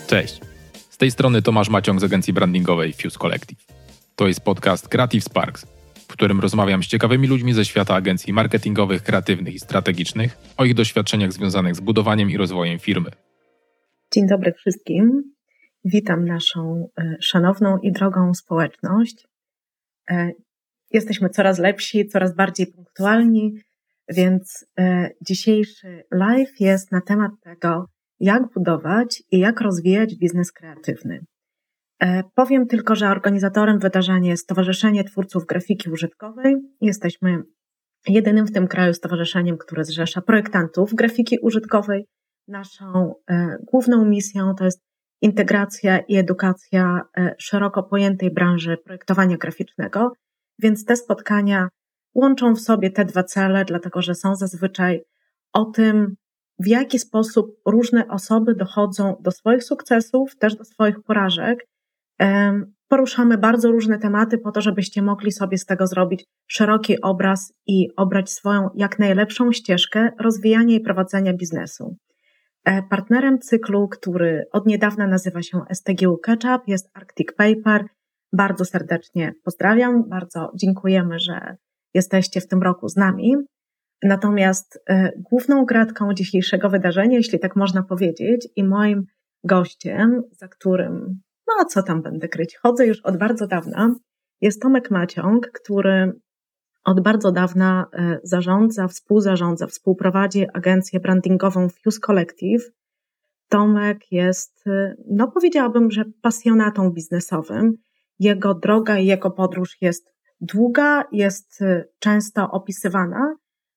Cześć, z tej strony Tomasz Maciąg z agencji brandingowej Fuse Collective. To jest podcast Creative Sparks, w którym rozmawiam z ciekawymi ludźmi ze świata agencji marketingowych, kreatywnych i strategicznych o ich doświadczeniach związanych z budowaniem i rozwojem firmy. Dzień dobry wszystkim. Witam naszą szanowną i drogą społeczność. Jesteśmy coraz lepsi, coraz bardziej punktualni, więc dzisiejszy live jest na temat tego, jak budować i jak rozwijać biznes kreatywny. Powiem tylko, że organizatorem wydarzenia jest Stowarzyszenie Twórców Grafiki Użytkowej. Jesteśmy jedynym w tym kraju stowarzyszeniem, które zrzesza projektantów grafiki użytkowej. Naszą główną misją to jest integracja i edukacja szeroko pojętej branży projektowania graficznego, więc te spotkania łączą w sobie te dwa cele, dlatego że są zazwyczaj o tym, w jaki sposób różne osoby dochodzą do swoich sukcesów, też do swoich porażek. Poruszamy bardzo różne tematy po to, żebyście mogli sobie z tego zrobić szeroki obraz i obrać swoją jak najlepszą ścieżkę rozwijania i prowadzenia biznesu. Partnerem cyklu, który od niedawna nazywa się STGU Ketchup, jest Arctic Paper. Bardzo serdecznie pozdrawiam, bardzo dziękujemy, że jesteście w tym roku z nami. Natomiast główną gratką dzisiejszego wydarzenia, jeśli tak można powiedzieć, i moim gościem, za którym, no co tam będę kryć, chodzę już od bardzo dawna, jest Tomek Maciąg, który od bardzo dawna współprowadzi agencję brandingową Fuse Collective. Tomek jest, no powiedziałabym, że pasjonatą biznesowym. Jego droga i jego podróż jest długa, jest często opisywana.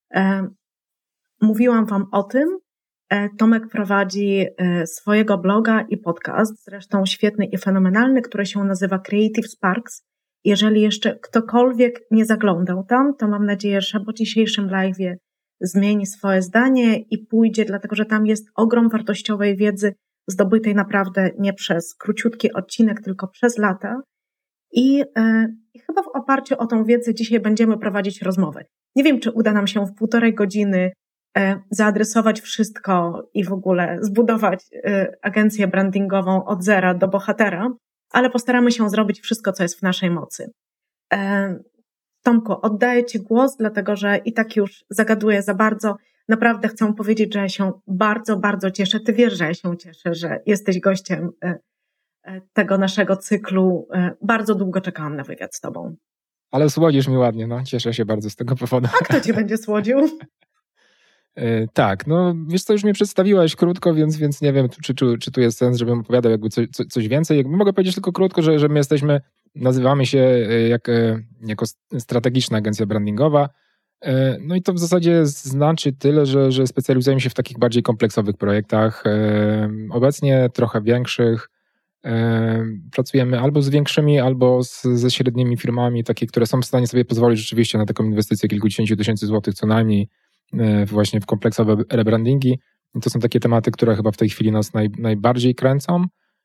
Mówiłam Wam o tym. Tomek prowadzi swojego bloga i podcast, zresztą świetny i fenomenalny, który się nazywa Creative Sparks. Jeżeli jeszcze ktokolwiek nie zaglądał tam, to mam nadzieję, że po dzisiejszym live'ie zmieni swoje zdanie i pójdzie, dlatego że tam jest ogrom wartościowej wiedzy zdobytej naprawdę nie przez króciutki odcinek, tylko przez lata. I chyba w oparciu o tą wiedzę dzisiaj będziemy prowadzić rozmowę. Nie wiem, czy uda nam się w 1,5 godziny zaadresować wszystko i w ogóle zbudować agencję brandingową od zera do bohatera, ale postaramy się zrobić wszystko, co jest w naszej mocy. Tomku, oddaję Ci głos, dlatego że i tak już zagaduję za bardzo. Naprawdę chcę powiedzieć, że ja się bardzo, bardzo cieszę. Ty wiesz, że ja się cieszę, że jesteś gościem tego naszego cyklu. Bardzo długo czekałam na wywiad z Tobą. Ale słodzisz mi ładnie, no. Cieszę się bardzo z tego powodu. A kto Cię będzie słodził? Tak, no wiesz co, już mnie przedstawiłaś krótko, więc nie wiem, czy tu jest sens, żebym opowiadał jakby coś więcej. Mogę powiedzieć tylko krótko, że my nazywamy się jako strategiczna agencja brandingowa. No i to w zasadzie znaczy tyle, że specjalizujemy się w takich bardziej kompleksowych projektach. Obecnie trochę większych. Pracujemy albo z większymi, albo ze średnimi firmami, takie, które są w stanie sobie pozwolić rzeczywiście na taką inwestycję kilkudziesięciu tysięcy złotych co najmniej właśnie w kompleksowe rebrandingi. I to są takie tematy, które chyba w tej chwili nas najbardziej kręcą.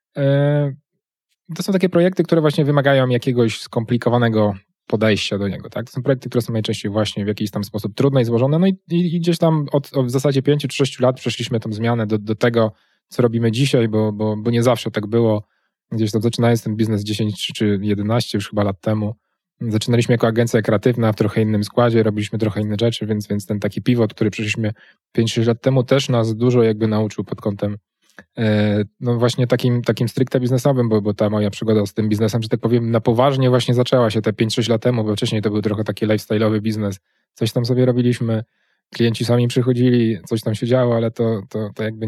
To są takie projekty, które właśnie wymagają jakiegoś skomplikowanego podejścia do niego. Tak? To są projekty, które są najczęściej właśnie w jakiś tam sposób trudne i złożone. No i gdzieś tam od w zasadzie 5 czy 6 lat przeszliśmy tą zmianę do tego, co robimy dzisiaj, bo nie zawsze tak było. Gdzieś tam zaczynając ten biznes 10 czy 11 już chyba lat temu. Zaczynaliśmy jako agencja kreatywna w trochę innym składzie, robiliśmy trochę inne rzeczy, więc ten taki pivot, który przeszliśmy 5-6 lat temu, też nas dużo jakby nauczył pod kątem no właśnie takim stricte biznesowym, bo ta moja przygoda z tym biznesem, że tak powiem, na poważnie właśnie zaczęła się te 5-6 lat temu, bo wcześniej to był trochę taki lifestyle'owy biznes. Coś tam sobie robiliśmy, klienci sami przychodzili, coś tam się działo, ale to jakby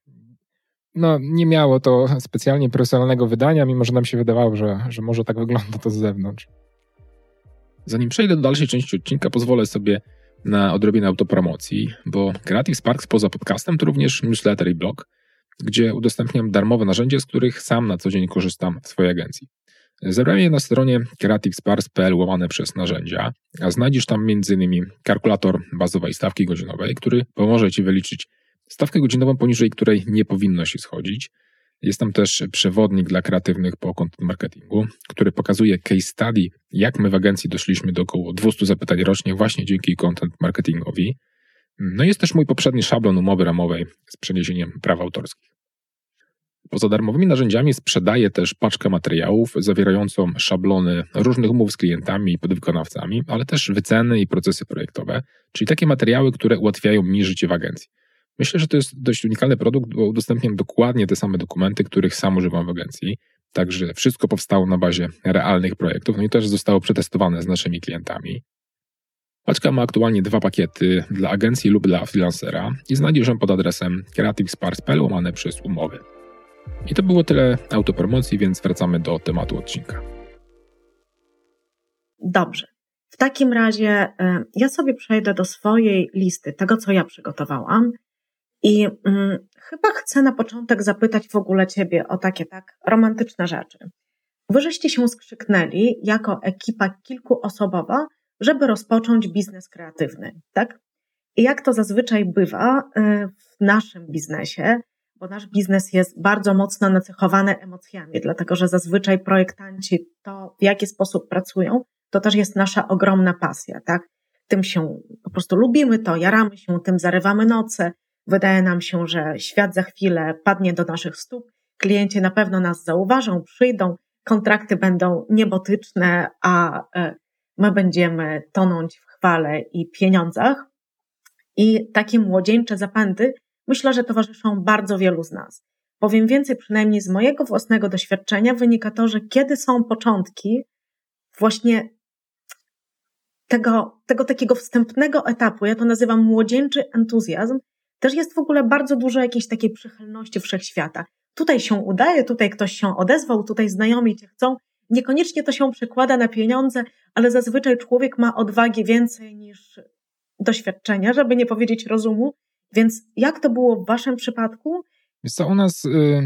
nie miało to specjalnie profesjonalnego wydania, mimo że nam się wydawało, że może tak wygląda to z zewnątrz. Zanim przejdę do dalszej części odcinka, pozwolę sobie na odrobinę autopromocji, bo Creative Sparks poza podcastem to również newsletter i blog, gdzie udostępniam darmowe narzędzia, z których sam na co dzień korzystam w swojej agencji. Zebrałem je na stronie creativesparks.pl/narzędzia, a znajdziesz tam m.in. kalkulator bazowej stawki godzinowej, który pomoże Ci wyliczyć stawkę godzinową, poniżej której nie powinno się schodzić. Jest tam też przewodnik dla kreatywnych po content marketingu, który pokazuje case study, jak my w agencji doszliśmy do około 200 zapytań rocznie właśnie dzięki content marketingowi. No jest też mój poprzedni szablon umowy ramowej z przeniesieniem praw autorskich. Poza darmowymi narzędziami sprzedaję też paczkę materiałów zawierającą szablony różnych umów z klientami i podwykonawcami, ale też wyceny i procesy projektowe, czyli takie materiały, które ułatwiają mi życie w agencji. Myślę, że to jest dość unikalny produkt, bo udostępniam dokładnie te same dokumenty, których sam używam w agencji. Także wszystko powstało na bazie realnych projektów, no i też zostało przetestowane z naszymi klientami. Paczka ma aktualnie 2 pakiety dla agencji lub dla freelancera i znajdziesz ją pod adresem creativespark.pl/umowy. I to było tyle autopromocji, więc wracamy do tematu odcinka. Dobrze. W takim razie ja sobie przejdę do swojej listy, tego co ja przygotowałam i chyba chcę na początek zapytać w ogóle Ciebie o takie romantyczne rzeczy. Wy żeście się skrzyknęli jako ekipa kilkuosobowa, żeby rozpocząć biznes kreatywny, tak? I jak to zazwyczaj bywa w naszym biznesie, bo nasz biznes jest bardzo mocno nacechowany emocjami, dlatego że zazwyczaj projektanci to, w jaki sposób pracują, to też jest nasza ogromna pasja, tak? Tym się po prostu lubimy, to jaramy się, tym zarywamy noce. Wydaje nam się, że świat za chwilę padnie do naszych stóp, klienci na pewno nas zauważą, przyjdą, kontrakty będą niebotyczne, a my będziemy tonąć w chwale i pieniądzach. I takie młodzieńcze zapędy myślę, że towarzyszą bardzo wielu z nas. Powiem więcej, przynajmniej z mojego własnego doświadczenia wynika to, że kiedy są początki właśnie tego takiego wstępnego etapu, ja to nazywam młodzieńczy entuzjazm, też jest w ogóle bardzo dużo jakiejś takiej przychylności wszechświata. Tutaj się udaje, tutaj ktoś się odezwał, tutaj znajomi Cię chcą. Niekoniecznie to się przekłada na pieniądze, ale zazwyczaj człowiek ma odwagi więcej niż doświadczenia, żeby nie powiedzieć rozumu. Więc jak to było w Waszym przypadku? Wiesz co, u nas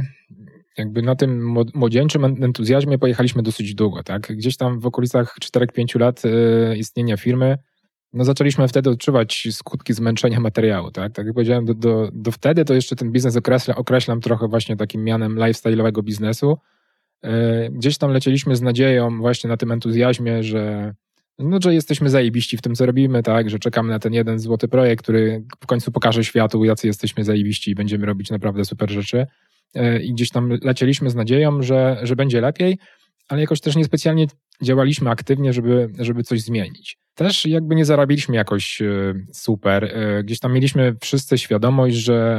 jakby na tym młodzieńczym entuzjazmie pojechaliśmy dosyć długo, tak? Gdzieś tam w okolicach 4-5 lat istnienia firmy, no zaczęliśmy wtedy odczuwać skutki zmęczenia materiału, tak? Tak jak powiedziałem, do wtedy to jeszcze ten biznes określam trochę właśnie takim mianem lifestyle'owego biznesu. Gdzieś tam lecieliśmy z nadzieją właśnie na tym entuzjazmie, że jesteśmy zajebiści w tym, co robimy, tak? Że czekamy na ten jeden złoty projekt, który w końcu pokaże światu, jacy jesteśmy zajebiści i będziemy robić naprawdę super rzeczy. I gdzieś tam lecieliśmy z nadzieją, że będzie lepiej, ale jakoś też niespecjalnie działaliśmy aktywnie, żeby coś zmienić. Też jakby nie zarabiliśmy jakoś super. Gdzieś tam mieliśmy wszyscy świadomość,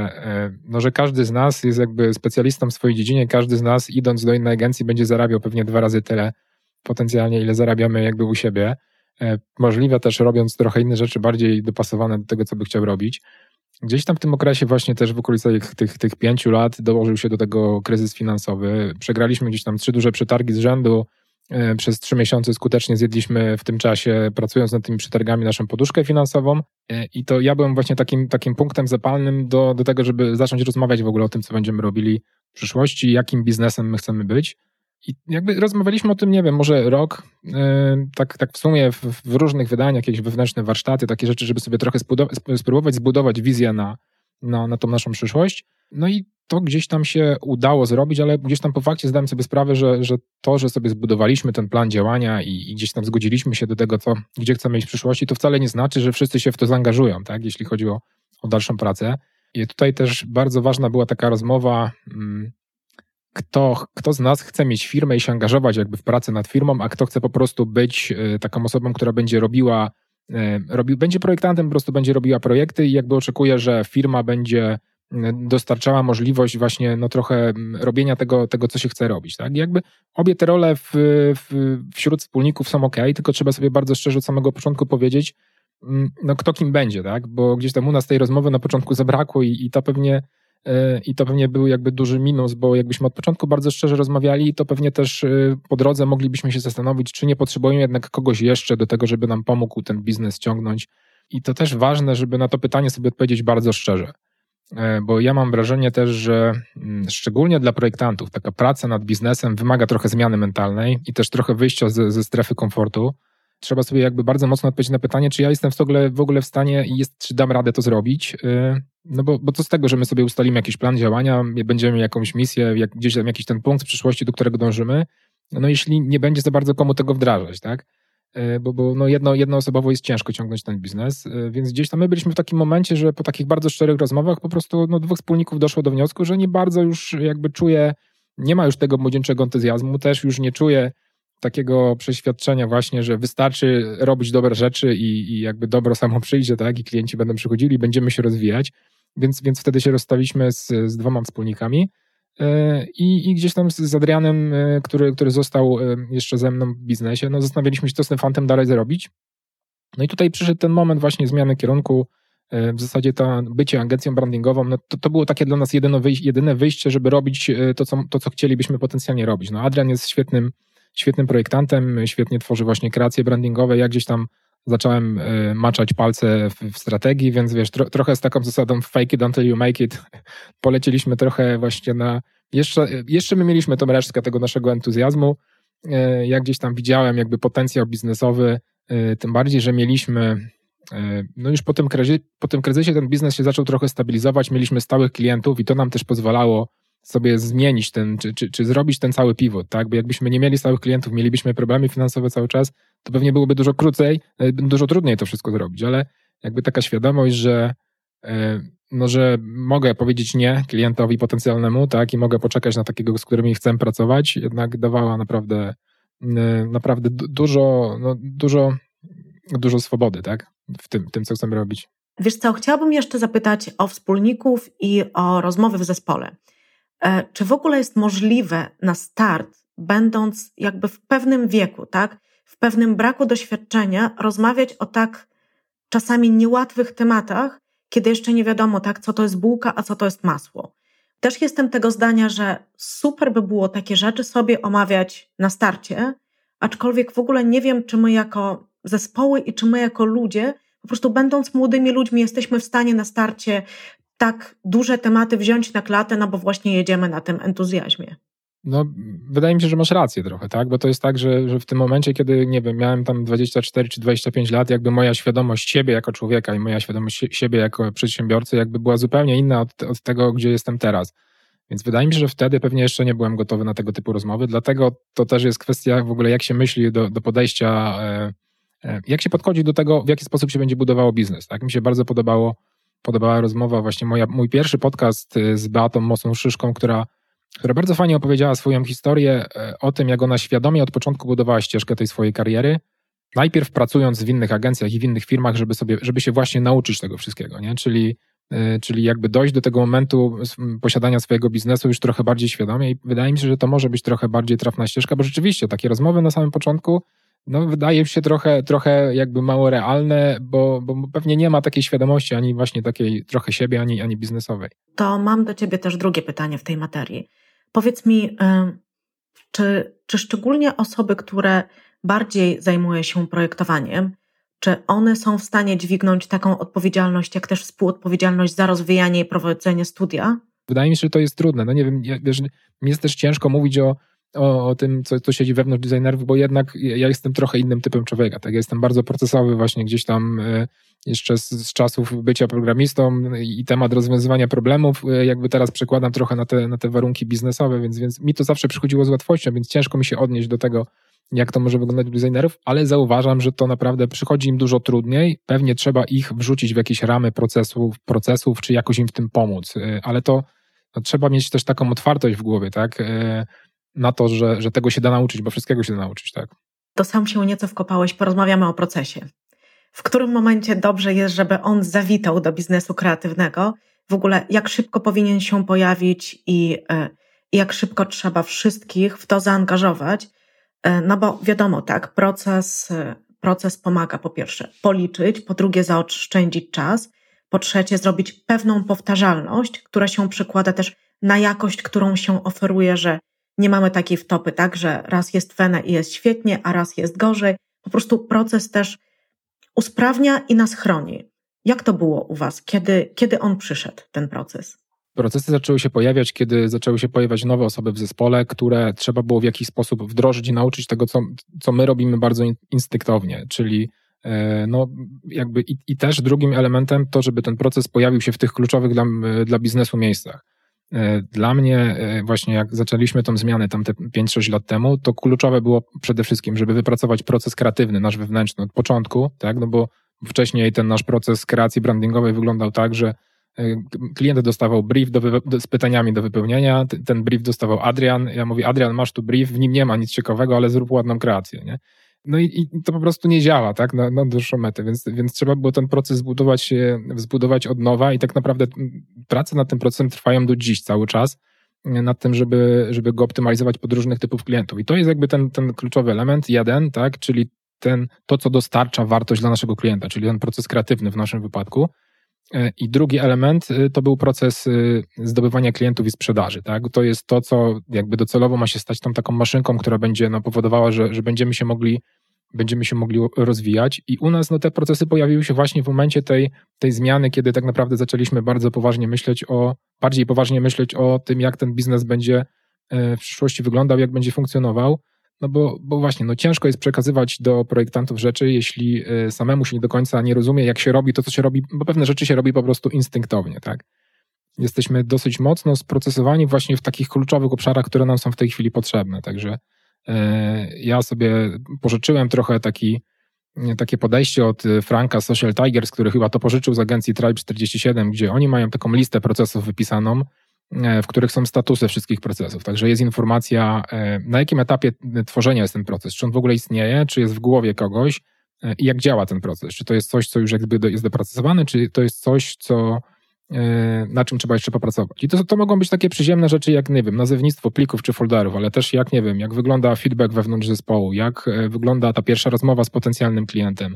że każdy z nas jest jakby specjalistą w swojej dziedzinie, każdy z nas idąc do innej agencji będzie zarabiał pewnie 2 razy tyle potencjalnie, ile zarabiamy jakby u siebie. Możliwe też robiąc trochę inne rzeczy bardziej dopasowane do tego, co by chciał robić. Gdzieś tam w tym okresie właśnie też w okolicach tych 5 lat dołożył się do tego kryzys finansowy. Przegraliśmy gdzieś tam 3 duże przetargi z rzędu. Przez 3 miesiące skutecznie zjedliśmy w tym czasie, pracując nad tymi przetargami, naszą poduszkę finansową. I to ja byłem właśnie takim punktem zapalnym do tego, żeby zacząć rozmawiać w ogóle o tym, co będziemy robili w przyszłości, jakim biznesem my chcemy być. I jakby rozmawialiśmy o tym, nie wiem, może rok, tak w sumie w różnych wydaniach, jakieś wewnętrzne warsztaty, takie rzeczy, żeby sobie trochę spróbować zbudować wizję na tą naszą przyszłość. No i to gdzieś tam się udało zrobić, ale gdzieś tam po fakcie zdałem sobie sprawę, że to, że sobie zbudowaliśmy ten plan działania i gdzieś tam zgodziliśmy się do tego, gdzie chcemy iść w przyszłości, to wcale nie znaczy, że wszyscy się w to zaangażują, tak, jeśli chodzi o dalszą pracę. I tutaj też bardzo ważna była taka rozmowa, kto z nas chce mieć firmę i się angażować jakby w pracę nad firmą, a kto chce po prostu być taką osobą, która będzie będzie projektantem, po prostu będzie robiła projekty i jakby oczekuje, że firma będzie dostarczała możliwość właśnie trochę robienia tego, co się chce robić. Tak? I jakby obie te role wśród wspólników są okej, tylko trzeba sobie bardzo szczerze od samego początku powiedzieć, kto kim będzie, tak? Bo gdzieś tam u nas tej rozmowy na początku zabrakło i to pewnie był jakby duży minus, bo jakbyśmy od początku bardzo szczerze rozmawiali, to pewnie też po drodze moglibyśmy się zastanowić, czy nie potrzebujemy jednak kogoś jeszcze do tego, żeby nam pomógł ten biznes ciągnąć. I to też ważne, żeby na to pytanie sobie odpowiedzieć bardzo szczerze. Bo ja mam wrażenie też, że szczególnie dla projektantów taka praca nad biznesem wymaga trochę zmiany mentalnej i też trochę wyjścia ze strefy komfortu. Trzeba sobie jakby bardzo mocno odpowiedzieć na pytanie, czy ja jestem w ogóle w stanie i czy dam radę to zrobić. Bo co z tego, że my sobie ustalimy jakiś plan działania, będziemy mieli jakąś misję, gdzieś tam jakiś ten punkt w przyszłości, do którego dążymy, jeśli nie będzie za bardzo komu tego wdrażać, tak? bo no jednoosobowo jest ciężko ciągnąć ten biznes, więc gdzieś tam my byliśmy w takim momencie, że po takich bardzo szczerych rozmowach po prostu dwóch wspólników doszło do wniosku, że nie bardzo już jakby czuje, nie ma już tego młodzieńczego entuzjazmu, też już nie czuje takiego przeświadczenia właśnie, że wystarczy robić dobre rzeczy i jakby dobro samo przyjdzie, tak, i klienci będą przychodzili, będziemy się rozwijać, więc wtedy się rozstaliśmy z dwoma wspólnikami i gdzieś tam z Adrianem, który został jeszcze ze mną w biznesie, zastanawialiśmy się, co z tym fantem dalej zrobić. No i tutaj przyszedł ten moment właśnie zmiany kierunku, w zasadzie bycie agencją brandingową, to było takie dla nas jedyne wyjście, żeby robić to, co chcielibyśmy potencjalnie robić. Adrian jest świetnym projektantem, świetnie tworzy właśnie kreacje brandingowe. Ja gdzieś tam zacząłem maczać palce w strategii, więc wiesz, trochę z taką zasadą fake it until you make it. Polecieliśmy trochę właśnie jeszcze my mieliśmy tą resztkę tego naszego entuzjazmu. Ja gdzieś tam widziałem jakby potencjał biznesowy, tym bardziej, że mieliśmy już po tym kryzysie ten biznes się zaczął trochę stabilizować, mieliśmy stałych klientów i to nam też pozwalało sobie zmienić czy zrobić ten cały pivot, tak? Bo jakbyśmy nie mieli stałych klientów, mielibyśmy problemy finansowe cały czas, to pewnie byłoby dużo krócej, dużo trudniej to wszystko zrobić, ale jakby taka świadomość, że mogę powiedzieć nie klientowi potencjalnemu, tak? I mogę poczekać na takiego, z którymi chcę pracować, jednak dawała naprawdę dużo swobody, tak? W tym, co chcemy robić. Wiesz co, chciałabym jeszcze zapytać o wspólników i o rozmowy w zespole. Czy w ogóle jest możliwe na start, będąc jakby w pewnym wieku, tak, w pewnym braku doświadczenia, rozmawiać o tak czasami niełatwych tematach, kiedy jeszcze nie wiadomo, tak, co to jest bułka, a co to jest masło. Też jestem tego zdania, że super by było takie rzeczy sobie omawiać na starcie, aczkolwiek w ogóle nie wiem, czy my jako zespoły i czy my jako ludzie, po prostu będąc młodymi ludźmi, jesteśmy w stanie na starcie tak duże tematy wziąć na klatę, bo właśnie jedziemy na tym entuzjazmie. Wydaje mi się, że masz rację trochę, tak? Bo to jest tak, że w tym momencie, kiedy, nie wiem, miałem tam 24 czy 25 lat, jakby moja świadomość siebie jako człowieka i moja świadomość siebie jako przedsiębiorcy jakby była zupełnie inna od tego, gdzie jestem teraz. Więc wydaje mi się, że wtedy pewnie jeszcze nie byłem gotowy na tego typu rozmowy, dlatego to też jest kwestia w ogóle, jak się myśli do podejścia, jak się podchodzi do tego, w jaki sposób się będzie budowało biznes. Tak? Mi się bardzo podobała rozmowa, właśnie mój pierwszy podcast z Beatą Mosą-Szyszką, która bardzo fajnie opowiedziała swoją historię o tym, jak ona świadomie od początku budowała ścieżkę tej swojej kariery, najpierw pracując w innych agencjach i w innych firmach, żeby się właśnie nauczyć tego wszystkiego, nie? Czyli jakby dojść do tego momentu posiadania swojego biznesu już trochę bardziej świadomie i wydaje mi się, że to może być trochę bardziej trafna ścieżka, bo rzeczywiście takie rozmowy na samym początku wydaje się trochę jakby mało realne, bo pewnie nie ma takiej świadomości ani właśnie takiej trochę siebie, ani biznesowej. To mam do ciebie też drugie pytanie w tej materii. Powiedz mi, czy szczególnie osoby, które bardziej zajmują się projektowaniem, czy one są w stanie dźwignąć taką odpowiedzialność, jak też współodpowiedzialność za rozwijanie i prowadzenie studia? Wydaje mi się, że to jest trudne. Nie wiem, wiesz, mi jest też ciężko mówić o tym, co siedzi wewnątrz designerów, bo jednak ja jestem trochę innym typem człowieka. Tak? Ja jestem bardzo procesowy właśnie gdzieś tam jeszcze z czasów bycia programistą i temat rozwiązywania problemów jakby teraz przekładam trochę na te warunki biznesowe, więc mi to zawsze przychodziło z łatwością, więc ciężko mi się odnieść do tego, jak to może wyglądać u designerów, ale zauważam, że to naprawdę przychodzi im dużo trudniej. Pewnie trzeba ich wrzucić w jakieś ramy procesów czy jakoś im w tym pomóc, ale to trzeba mieć też taką otwartość w głowie, tak? Na to, że tego się da nauczyć, bo wszystkiego się da nauczyć, tak? To sam się nieco wkopałeś, porozmawiamy o procesie. W którym momencie dobrze jest, żeby on zawitał do biznesu kreatywnego? W ogóle jak szybko powinien się pojawić i jak szybko trzeba wszystkich w to zaangażować? Bo wiadomo, tak, proces pomaga po pierwsze policzyć, po drugie zaoszczędzić czas, po trzecie zrobić pewną powtarzalność, która się przekłada też na jakość, którą się oferuje, że nie mamy takiej wtopy, tak, że raz jest fene i jest świetnie, a raz jest gorzej. Po prostu proces też usprawnia i nas chroni. Jak to było u was? Kiedy on przyszedł, ten proces? Procesy zaczęły się pojawiać, kiedy zaczęły się pojawiać nowe osoby w zespole, które trzeba było w jakiś sposób wdrożyć i nauczyć tego, co my robimy bardzo instynktownie, czyli jakby i też drugim elementem to, żeby ten proces pojawił się w tych kluczowych dla biznesu miejscach. Dla mnie właśnie jak zaczęliśmy tą zmianę tam te 5-6 lat temu, to kluczowe było przede wszystkim, żeby wypracować proces kreatywny, nasz wewnętrzny od początku, tak? No bo wcześniej ten nasz proces kreacji brandingowej wyglądał tak, że klient dostawał brief z pytaniami do wypełnienia, ten brief dostawał Adrian, ja mówię, Adrian, masz tu brief, w nim nie ma nic ciekawego, ale zrób ładną kreację, nie? No i to po prostu nie działa, tak, na dłuższą metę, więc trzeba było ten proces zbudować od nowa i tak naprawdę prace nad tym procesem trwają do dziś cały czas, nad tym, żeby go optymalizować pod różnych typów klientów. I to jest jakby ten kluczowy element, jeden, tak, czyli to, co dostarcza wartość dla naszego klienta, czyli ten proces kreatywny w naszym wypadku. I drugi element to był proces zdobywania klientów i sprzedaży. Tak? To jest to, co jakby docelowo ma się stać tą taką maszynką, która będzie powodowała, że będziemy się mogli rozwijać. I u nas te procesy pojawiły się właśnie w momencie tej zmiany, kiedy tak naprawdę zaczęliśmy bardziej poważnie myśleć o tym, jak ten biznes będzie w przyszłości wyglądał, jak będzie funkcjonował. No bo właśnie, ciężko jest przekazywać do projektantów rzeczy, jeśli samemu się nie do końca nie rozumie, jak się robi to, co się robi, bo pewne rzeczy się robi po prostu instynktownie, tak? Jesteśmy dosyć mocno sprocesowani właśnie w takich kluczowych obszarach, które nam są w tej chwili potrzebne, także ja sobie pożyczyłem trochę takie podejście od Franka Social Tigers, który chyba to pożyczył z agencji Tribe 47, gdzie oni mają taką listę procesów wypisaną, w których są statusy wszystkich procesów. Także jest informacja, na jakim etapie tworzenia jest ten proces, czy on w ogóle istnieje, czy jest w głowie kogoś i jak działa ten proces. Czy to jest coś, co już jakby jest dopracowane, czy to jest coś, na czym trzeba jeszcze popracować. I to mogą być takie przyziemne rzeczy, jak, nie wiem, nazewnictwo plików czy folderów, ale też jak, nie wiem, jak wygląda feedback wewnątrz zespołu, jak wygląda ta pierwsza rozmowa z potencjalnym klientem.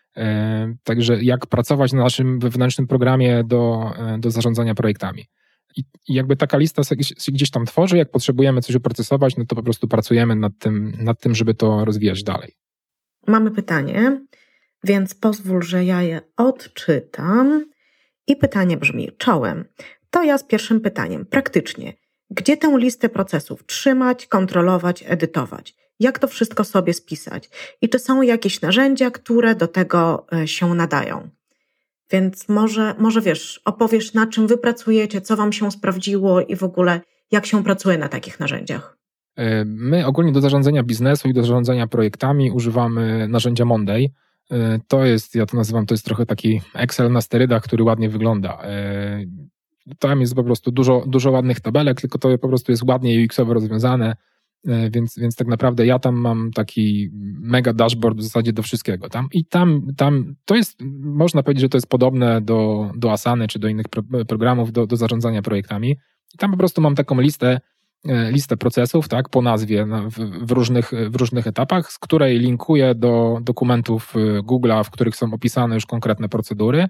Także jak pracować na naszym wewnętrznym programie do zarządzania projektami. I jakby taka lista się gdzieś tam tworzy, jak potrzebujemy coś oprocesować, to po prostu pracujemy nad tym, żeby to rozwijać dalej. Mamy pytanie, więc pozwól, że ja je odczytam. I pytanie brzmi, czołem. To ja z pierwszym pytaniem. Praktycznie, gdzie tę listę procesów trzymać, kontrolować, edytować? Jak to wszystko sobie spisać? I czy są jakieś narzędzia, które do tego się nadają? Więc może wiesz, opowiesz, na czym wy pracujecie, co wam się sprawdziło i w ogóle jak się pracuje na takich narzędziach. My ogólnie do zarządzania biznesu i do zarządzania projektami używamy narzędzia Monday. To jest, ja to nazywam, to jest trochę taki Excel na sterydach, który ładnie wygląda. Tam jest po prostu dużo ładnych tabelek, tylko to po prostu jest ładnie UX-owo rozwiązane, więc tak naprawdę ja tam mam taki mega dashboard w zasadzie do wszystkiego. Tam to jest, można powiedzieć, że to jest podobne do Asany czy do innych programów do zarządzania projektami. I tam po prostu mam taką listę procesów, tak, po nazwie w różnych etapach, z której linkuję do dokumentów Google'a, w których są opisane już konkretne procedury.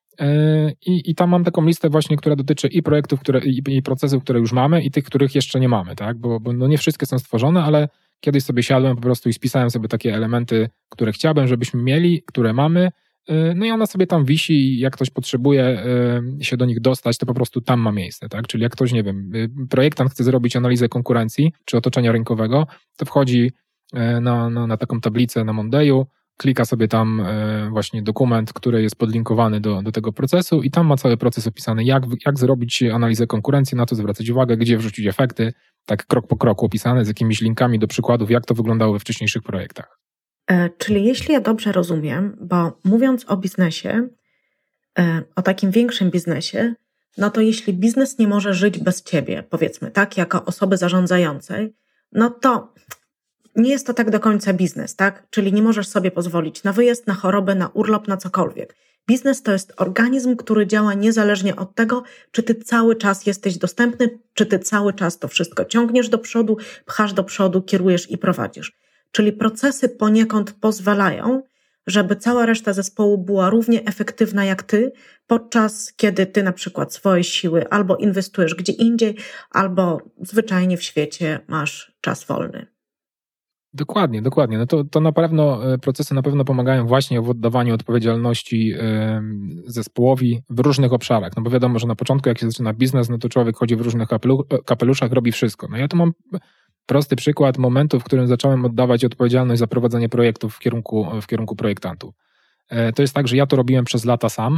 I tam mam taką listę właśnie, która dotyczy i projektów, i procesów, które już mamy, i tych, których jeszcze nie mamy, tak? Bo nie wszystkie są stworzone, ale kiedyś sobie siadłem po prostu i spisałem sobie takie elementy, które chciałbym, żebyśmy mieli, które mamy. No i ona sobie tam wisi i jak ktoś potrzebuje się do nich dostać, to po prostu tam ma miejsce, tak? Czyli jak ktoś, nie wiem, projektant chce zrobić analizę konkurencji czy otoczenia rynkowego, to wchodzi na taką tablicę na Mondayu, klika sobie tam właśnie dokument, który jest podlinkowany do tego procesu i tam ma cały proces opisany, jak zrobić analizę konkurencji, na co zwracać uwagę, gdzie wrzucić efekty, tak krok po kroku opisane z jakimiś linkami do przykładów, jak to wyglądało we wcześniejszych projektach. Czyli jeśli ja dobrze rozumiem, bo mówiąc o biznesie, o takim większym biznesie, no to jeśli biznes nie może żyć bez ciebie, powiedzmy, tak, jako osoby zarządzającej, no to nie jest to tak do końca biznes, tak? Czyli nie możesz sobie pozwolić na wyjazd, na chorobę, na urlop, na cokolwiek. Biznes to jest organizm, który działa niezależnie od tego, czy ty cały czas jesteś dostępny, czy ty cały czas to wszystko ciągniesz do przodu, pchasz do przodu, kierujesz i prowadzisz. Czyli procesy poniekąd pozwalają, żeby cała reszta zespołu była równie efektywna jak ty, podczas kiedy ty na przykład swoje siły albo inwestujesz gdzie indziej, albo zwyczajnie w świecie masz czas wolny. Dokładnie. No to na pewno procesy na pewno pomagają właśnie w oddawaniu odpowiedzialności zespołowi w różnych obszarach. No bo wiadomo, że na początku jak się zaczyna biznes, no to człowiek chodzi w różnych kapeluszach, robi wszystko. No ja tu mam prosty przykład momentu, w którym zacząłem oddawać odpowiedzialność za prowadzenie projektów w kierunku projektantów. To jest tak, że ja to robiłem przez lata sam.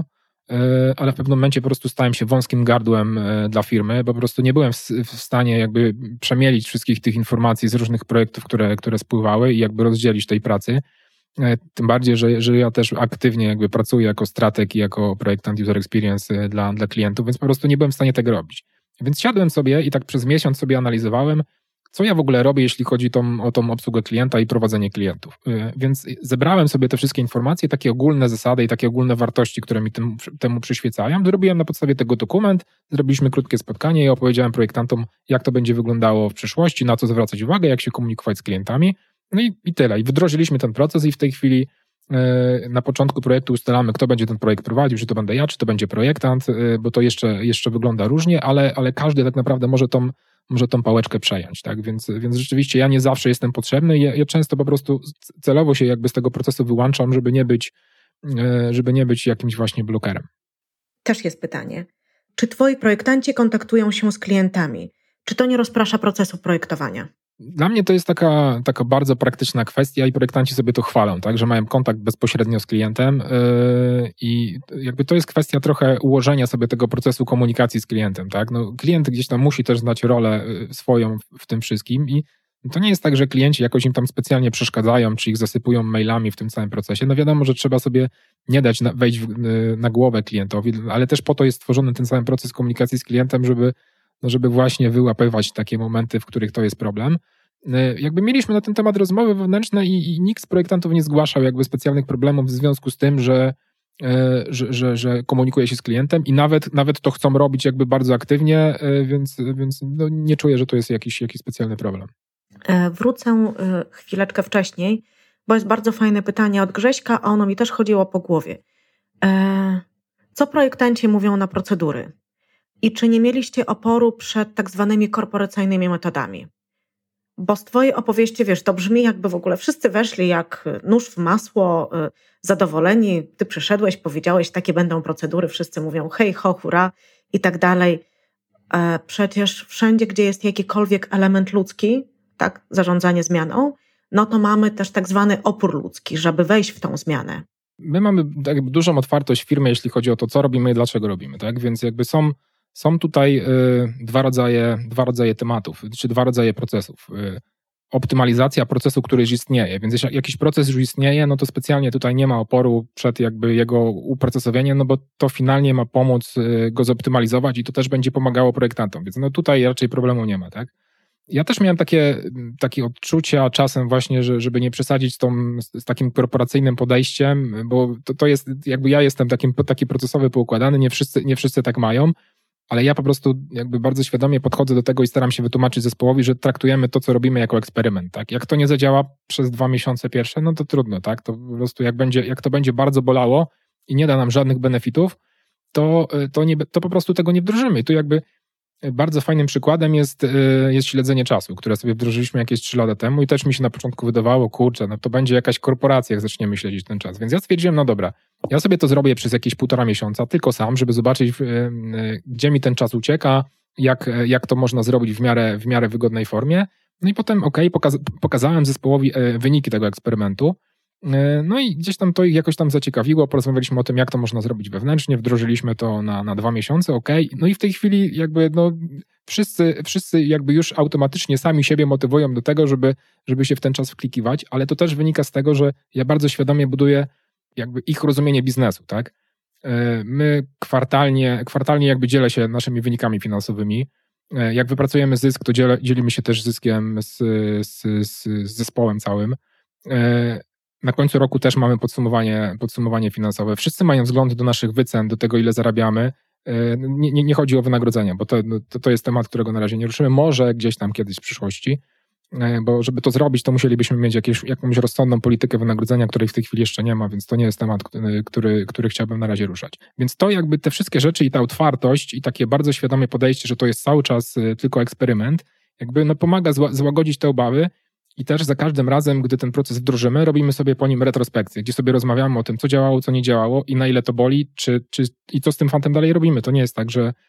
ale w pewnym momencie po prostu stałem się wąskim gardłem dla firmy, bo po prostu nie byłem w stanie jakby przemielić wszystkich tych informacji z różnych projektów, które spływały i jakby rozdzielić tej pracy. Tym bardziej, że ja też aktywnie jakby pracuję jako strateg i jako projektant user experience dla klientów, więc po prostu nie byłem w stanie tego robić. Więc siadłem sobie i tak przez miesiąc sobie analizowałem, co ja w ogóle robię, jeśli chodzi o tą obsługę klienta i prowadzenie klientów. Więc zebrałem sobie te wszystkie informacje, takie ogólne zasady i takie ogólne wartości, które mi temu przyświecają. Zrobiłem na podstawie tego dokument, zrobiliśmy krótkie spotkanie i opowiedziałem projektantom, jak to będzie wyglądało w przyszłości, na co zwracać uwagę, jak się komunikować z klientami. No i tyle. I wdrożyliśmy ten proces i w tej chwili na początku projektu ustalamy, kto będzie ten projekt prowadził, czy to będę ja, czy to będzie projektant, bo to jeszcze wygląda różnie, ale każdy tak naprawdę może tą pałeczkę przejąć, tak? Więc rzeczywiście ja nie zawsze jestem potrzebny i ja często po prostu celowo się jakby z tego procesu wyłączam, żeby nie być jakimś właśnie blokerem. Też jest pytanie. Czy twoi projektanci kontaktują się z klientami? Czy to nie rozprasza procesu projektowania? Dla mnie to jest taka bardzo praktyczna kwestia i projektanci sobie to chwalą, tak, że mają kontakt bezpośrednio z klientem i jakby to jest kwestia trochę ułożenia sobie tego procesu komunikacji z klientem, tak. No, klient gdzieś tam musi też znać rolę swoją w tym wszystkim i to nie jest tak, że klienci jakoś im tam specjalnie przeszkadzają, czy ich zasypują mailami w tym całym procesie. No wiadomo, że trzeba sobie nie dać wejść na głowę klientowi, ale też po to jest stworzony ten cały proces komunikacji z klientem, żeby właśnie wyłapywać takie momenty, w których to jest problem. Jakby mieliśmy na ten temat rozmowy wewnętrzne i nikt z projektantów nie zgłaszał jakby specjalnych problemów w związku z tym, że komunikuje się z klientem i nawet to chcą robić jakby bardzo aktywnie, więc no nie czuję, że to jest jakiś specjalny problem. Wrócę chwileczkę wcześniej, bo jest bardzo fajne pytanie od Grześka, a ono mi też chodziło po głowie. Co projektanci mówią na procedury? I czy nie mieliście oporu przed tak zwanymi korporacyjnymi metodami? Bo z twojej opowieści, wiesz, to brzmi jakby w ogóle wszyscy weszli jak nóż w masło, zadowoleni. Ty przyszedłeś, powiedziałeś, takie będą procedury, wszyscy mówią hej, ho, hurra i tak dalej. Przecież wszędzie, gdzie jest jakikolwiek element ludzki, tak, zarządzanie zmianą, no to mamy też tak zwany opór ludzki, żeby wejść w tą zmianę. My mamy jakby dużą otwartość w firmie, jeśli chodzi o to, co robimy i dlaczego robimy, tak? Więc jakby są tutaj dwa rodzaje tematów, czy dwa rodzaje procesów. Optymalizacja procesu, który już istnieje, więc jeśli jakiś proces już istnieje, no to specjalnie tutaj nie ma oporu przed jakby jego uprocesowieniem, no bo to finalnie ma pomóc go zoptymalizować i to też będzie pomagało projektantom, więc no tutaj raczej problemu nie ma, tak? Ja też miałem takie odczucia czasem właśnie, żeby nie przesadzić z takim korporacyjnym podejściem, bo to jest jakby ja jestem taki procesowy poukładany, nie wszyscy tak mają, ale ja po prostu jakby bardzo świadomie podchodzę do tego i staram się wytłumaczyć zespołowi, że traktujemy to, co robimy jako eksperyment, tak? Jak to nie zadziała przez 2 miesiące pierwsze, no to trudno, tak? To po prostu jak to będzie bardzo bolało i nie da nam żadnych benefitów, to po prostu tego nie wdrożymy. I tu jakby bardzo fajnym przykładem jest śledzenie czasu, które sobie wdrożyliśmy jakieś 3 lata temu i też mi się na początku wydawało, kurczę, no to będzie jakaś korporacja, jak zaczniemy śledzić ten czas. Więc ja stwierdziłem, no dobra, ja sobie to zrobię przez jakieś 1,5 miesiąca, tylko sam, żeby zobaczyć, gdzie mi ten czas ucieka, jak to można zrobić w miarę wygodnej formie. No i potem pokazałem zespołowi wyniki tego eksperymentu. No i gdzieś tam to ich jakoś tam zaciekawiło, porozmawialiśmy o tym, jak to można zrobić wewnętrznie, wdrożyliśmy to na 2 miesiące, no i w tej chwili jakby no wszyscy jakby już automatycznie sami siebie motywują do tego, żeby się w ten czas wklikiwać, ale to też wynika z tego, że ja bardzo świadomie buduję jakby ich rozumienie biznesu, tak? My kwartalnie jakby dzielę się naszymi wynikami finansowymi. Jak wypracujemy zysk, to dzielimy się też zyskiem z zespołem całym. Na końcu roku też mamy podsumowanie finansowe. Wszyscy mają wzgląd do naszych wycen, do tego, ile zarabiamy. Nie chodzi o wynagrodzenia, bo to jest temat, którego na razie nie ruszymy. Może gdzieś tam kiedyś w przyszłości, bo żeby to zrobić, to musielibyśmy mieć jakąś rozsądną politykę wynagrodzenia, której w tej chwili jeszcze nie ma, więc to nie jest temat, który chciałbym na razie ruszać. Więc to jakby te wszystkie rzeczy i ta otwartość i takie bardzo świadome podejście, że to jest cały czas tylko eksperyment, jakby no pomaga złagodzić te obawy. I też za każdym razem, gdy ten proces wdrożymy, robimy sobie po nim retrospekcję, gdzie sobie rozmawiamy o tym, co działało, co nie działało i na ile to boli, i co z tym fantem dalej robimy. To nie jest tak,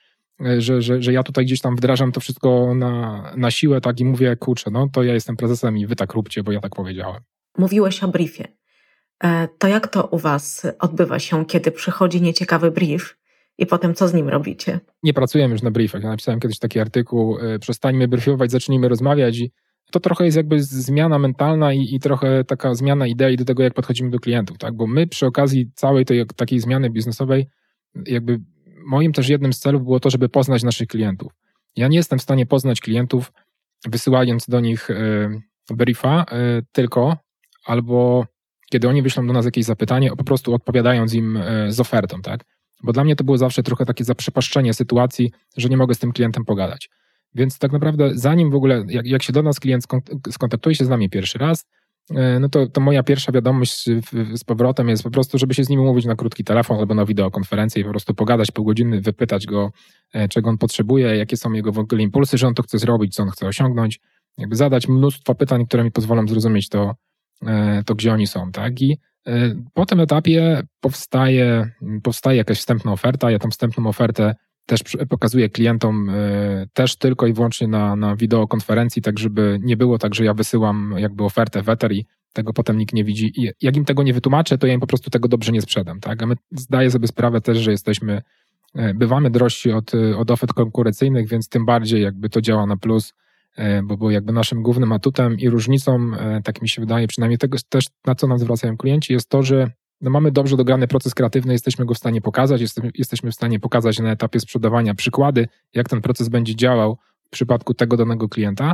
że ja tutaj gdzieś tam wdrażam to wszystko na siłę, tak, i mówię, kurczę, no to ja jestem prezesem i wy tak róbcie, bo ja tak powiedziałem. Mówiłeś o briefie. To jak to u Was odbywa się, kiedy przychodzi nieciekawy brief i potem co z nim robicie? Nie pracujemy już na briefach. Ja napisałem kiedyś taki artykuł, przestańmy briefować, zacznijmy rozmawiać i to trochę jest jakby zmiana mentalna i trochę taka zmiana idei do tego, jak podchodzimy do klientów, tak? Bo my przy okazji całej tej takiej zmiany biznesowej, jakby moim też jednym z celów było to, żeby poznać naszych klientów. Ja nie jestem w stanie poznać klientów, wysyłając do nich briefa tylko, albo kiedy oni wyślą do nas jakieś zapytanie, po prostu odpowiadając im z ofertą, tak? Bo dla mnie to było zawsze trochę takie zaprzepaszczenie sytuacji, że nie mogę z tym klientem pogadać. Więc tak naprawdę zanim w ogóle, jak się do nas klient skontaktuje się z nami pierwszy raz, no to moja pierwsza wiadomość z powrotem jest po prostu, żeby się z nim umówić na krótki telefon albo na wideokonferencję i po prostu pogadać pół godziny, wypytać go, czego on potrzebuje, jakie są jego w ogóle impulsy, że on to chce zrobić, co on chce osiągnąć, jakby zadać mnóstwo pytań, które mi pozwolą zrozumieć to gdzie oni są, tak? I po tym etapie powstaje jakaś wstępna oferta. Ja tą wstępną ofertę też pokazuję klientom też tylko i wyłącznie na wideokonferencji, tak żeby nie było tak, że ja wysyłam jakby ofertę w eter i tego potem nikt nie widzi. I jak im tego nie wytłumaczę, to ja im po prostu tego dobrze nie sprzedam, tak? A my zdaję sobie sprawę też, że bywamy drożsi od ofert konkurencyjnych, więc tym bardziej jakby to działa na plus, bo jakby naszym głównym atutem i różnicą, tak mi się wydaje, przynajmniej tego też, na co nam zwracają klienci, jest to, że mamy dobrze dograny proces kreatywny, jesteśmy go w stanie pokazać, jesteśmy w stanie pokazać na etapie sprzedawania przykłady, jak ten proces będzie działał w przypadku tego danego klienta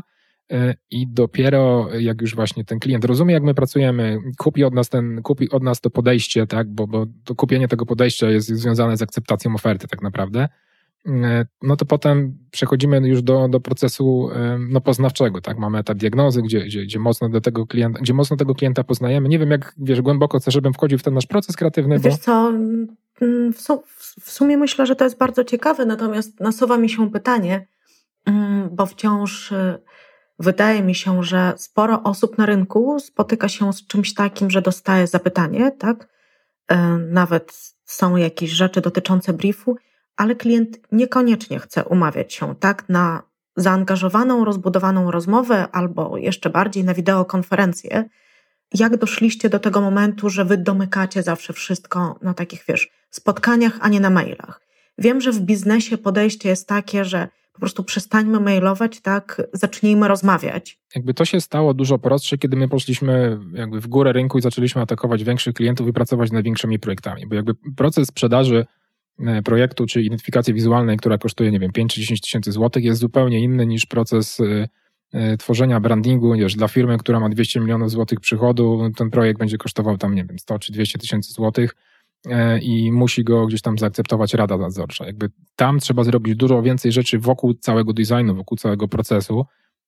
i dopiero jak już właśnie ten klient rozumie, jak my pracujemy, kupi od nas to podejście, tak, bo to kupienie tego podejścia jest związane z akceptacją oferty tak naprawdę, no to potem przechodzimy już do procesu poznawczego, tak? Mamy etap diagnozy, gdzie mocno tego klienta poznajemy. Nie wiem, jak głęboko chcesz, żebym wchodził w ten nasz proces kreatywny. Wiesz co, w sumie myślę, że to jest bardzo ciekawe, natomiast nasuwa mi się pytanie, bo wciąż wydaje mi się, że sporo osób na rynku spotyka się z czymś takim, że dostaje zapytanie, tak? Nawet są jakieś rzeczy dotyczące briefu, ale klient niekoniecznie chce umawiać się tak na zaangażowaną, rozbudowaną rozmowę albo jeszcze bardziej na wideokonferencję. Jak doszliście do tego momentu, że wy domykacie zawsze wszystko na takich, spotkaniach, a nie na mailach? Wiem, że w biznesie podejście jest takie, że po prostu przestańmy mailować, tak, zacznijmy rozmawiać. Jakby to się stało dużo prostsze, kiedy my poszliśmy jakby w górę rynku i zaczęliśmy atakować większych klientów i pracować nad większymi projektami, bo jakby proces sprzedaży projektu czy identyfikacji wizualnej, która kosztuje, nie wiem, 5 czy 10 tysięcy złotych, jest zupełnie inny niż proces tworzenia brandingu, dla firmy, która ma 200 milionów złotych przychodu, ten projekt będzie kosztował tam, nie wiem, 100 czy 200 tysięcy złotych i musi go gdzieś tam zaakceptować rada nadzorcza. Jakby tam trzeba zrobić dużo więcej rzeczy wokół całego designu, wokół całego procesu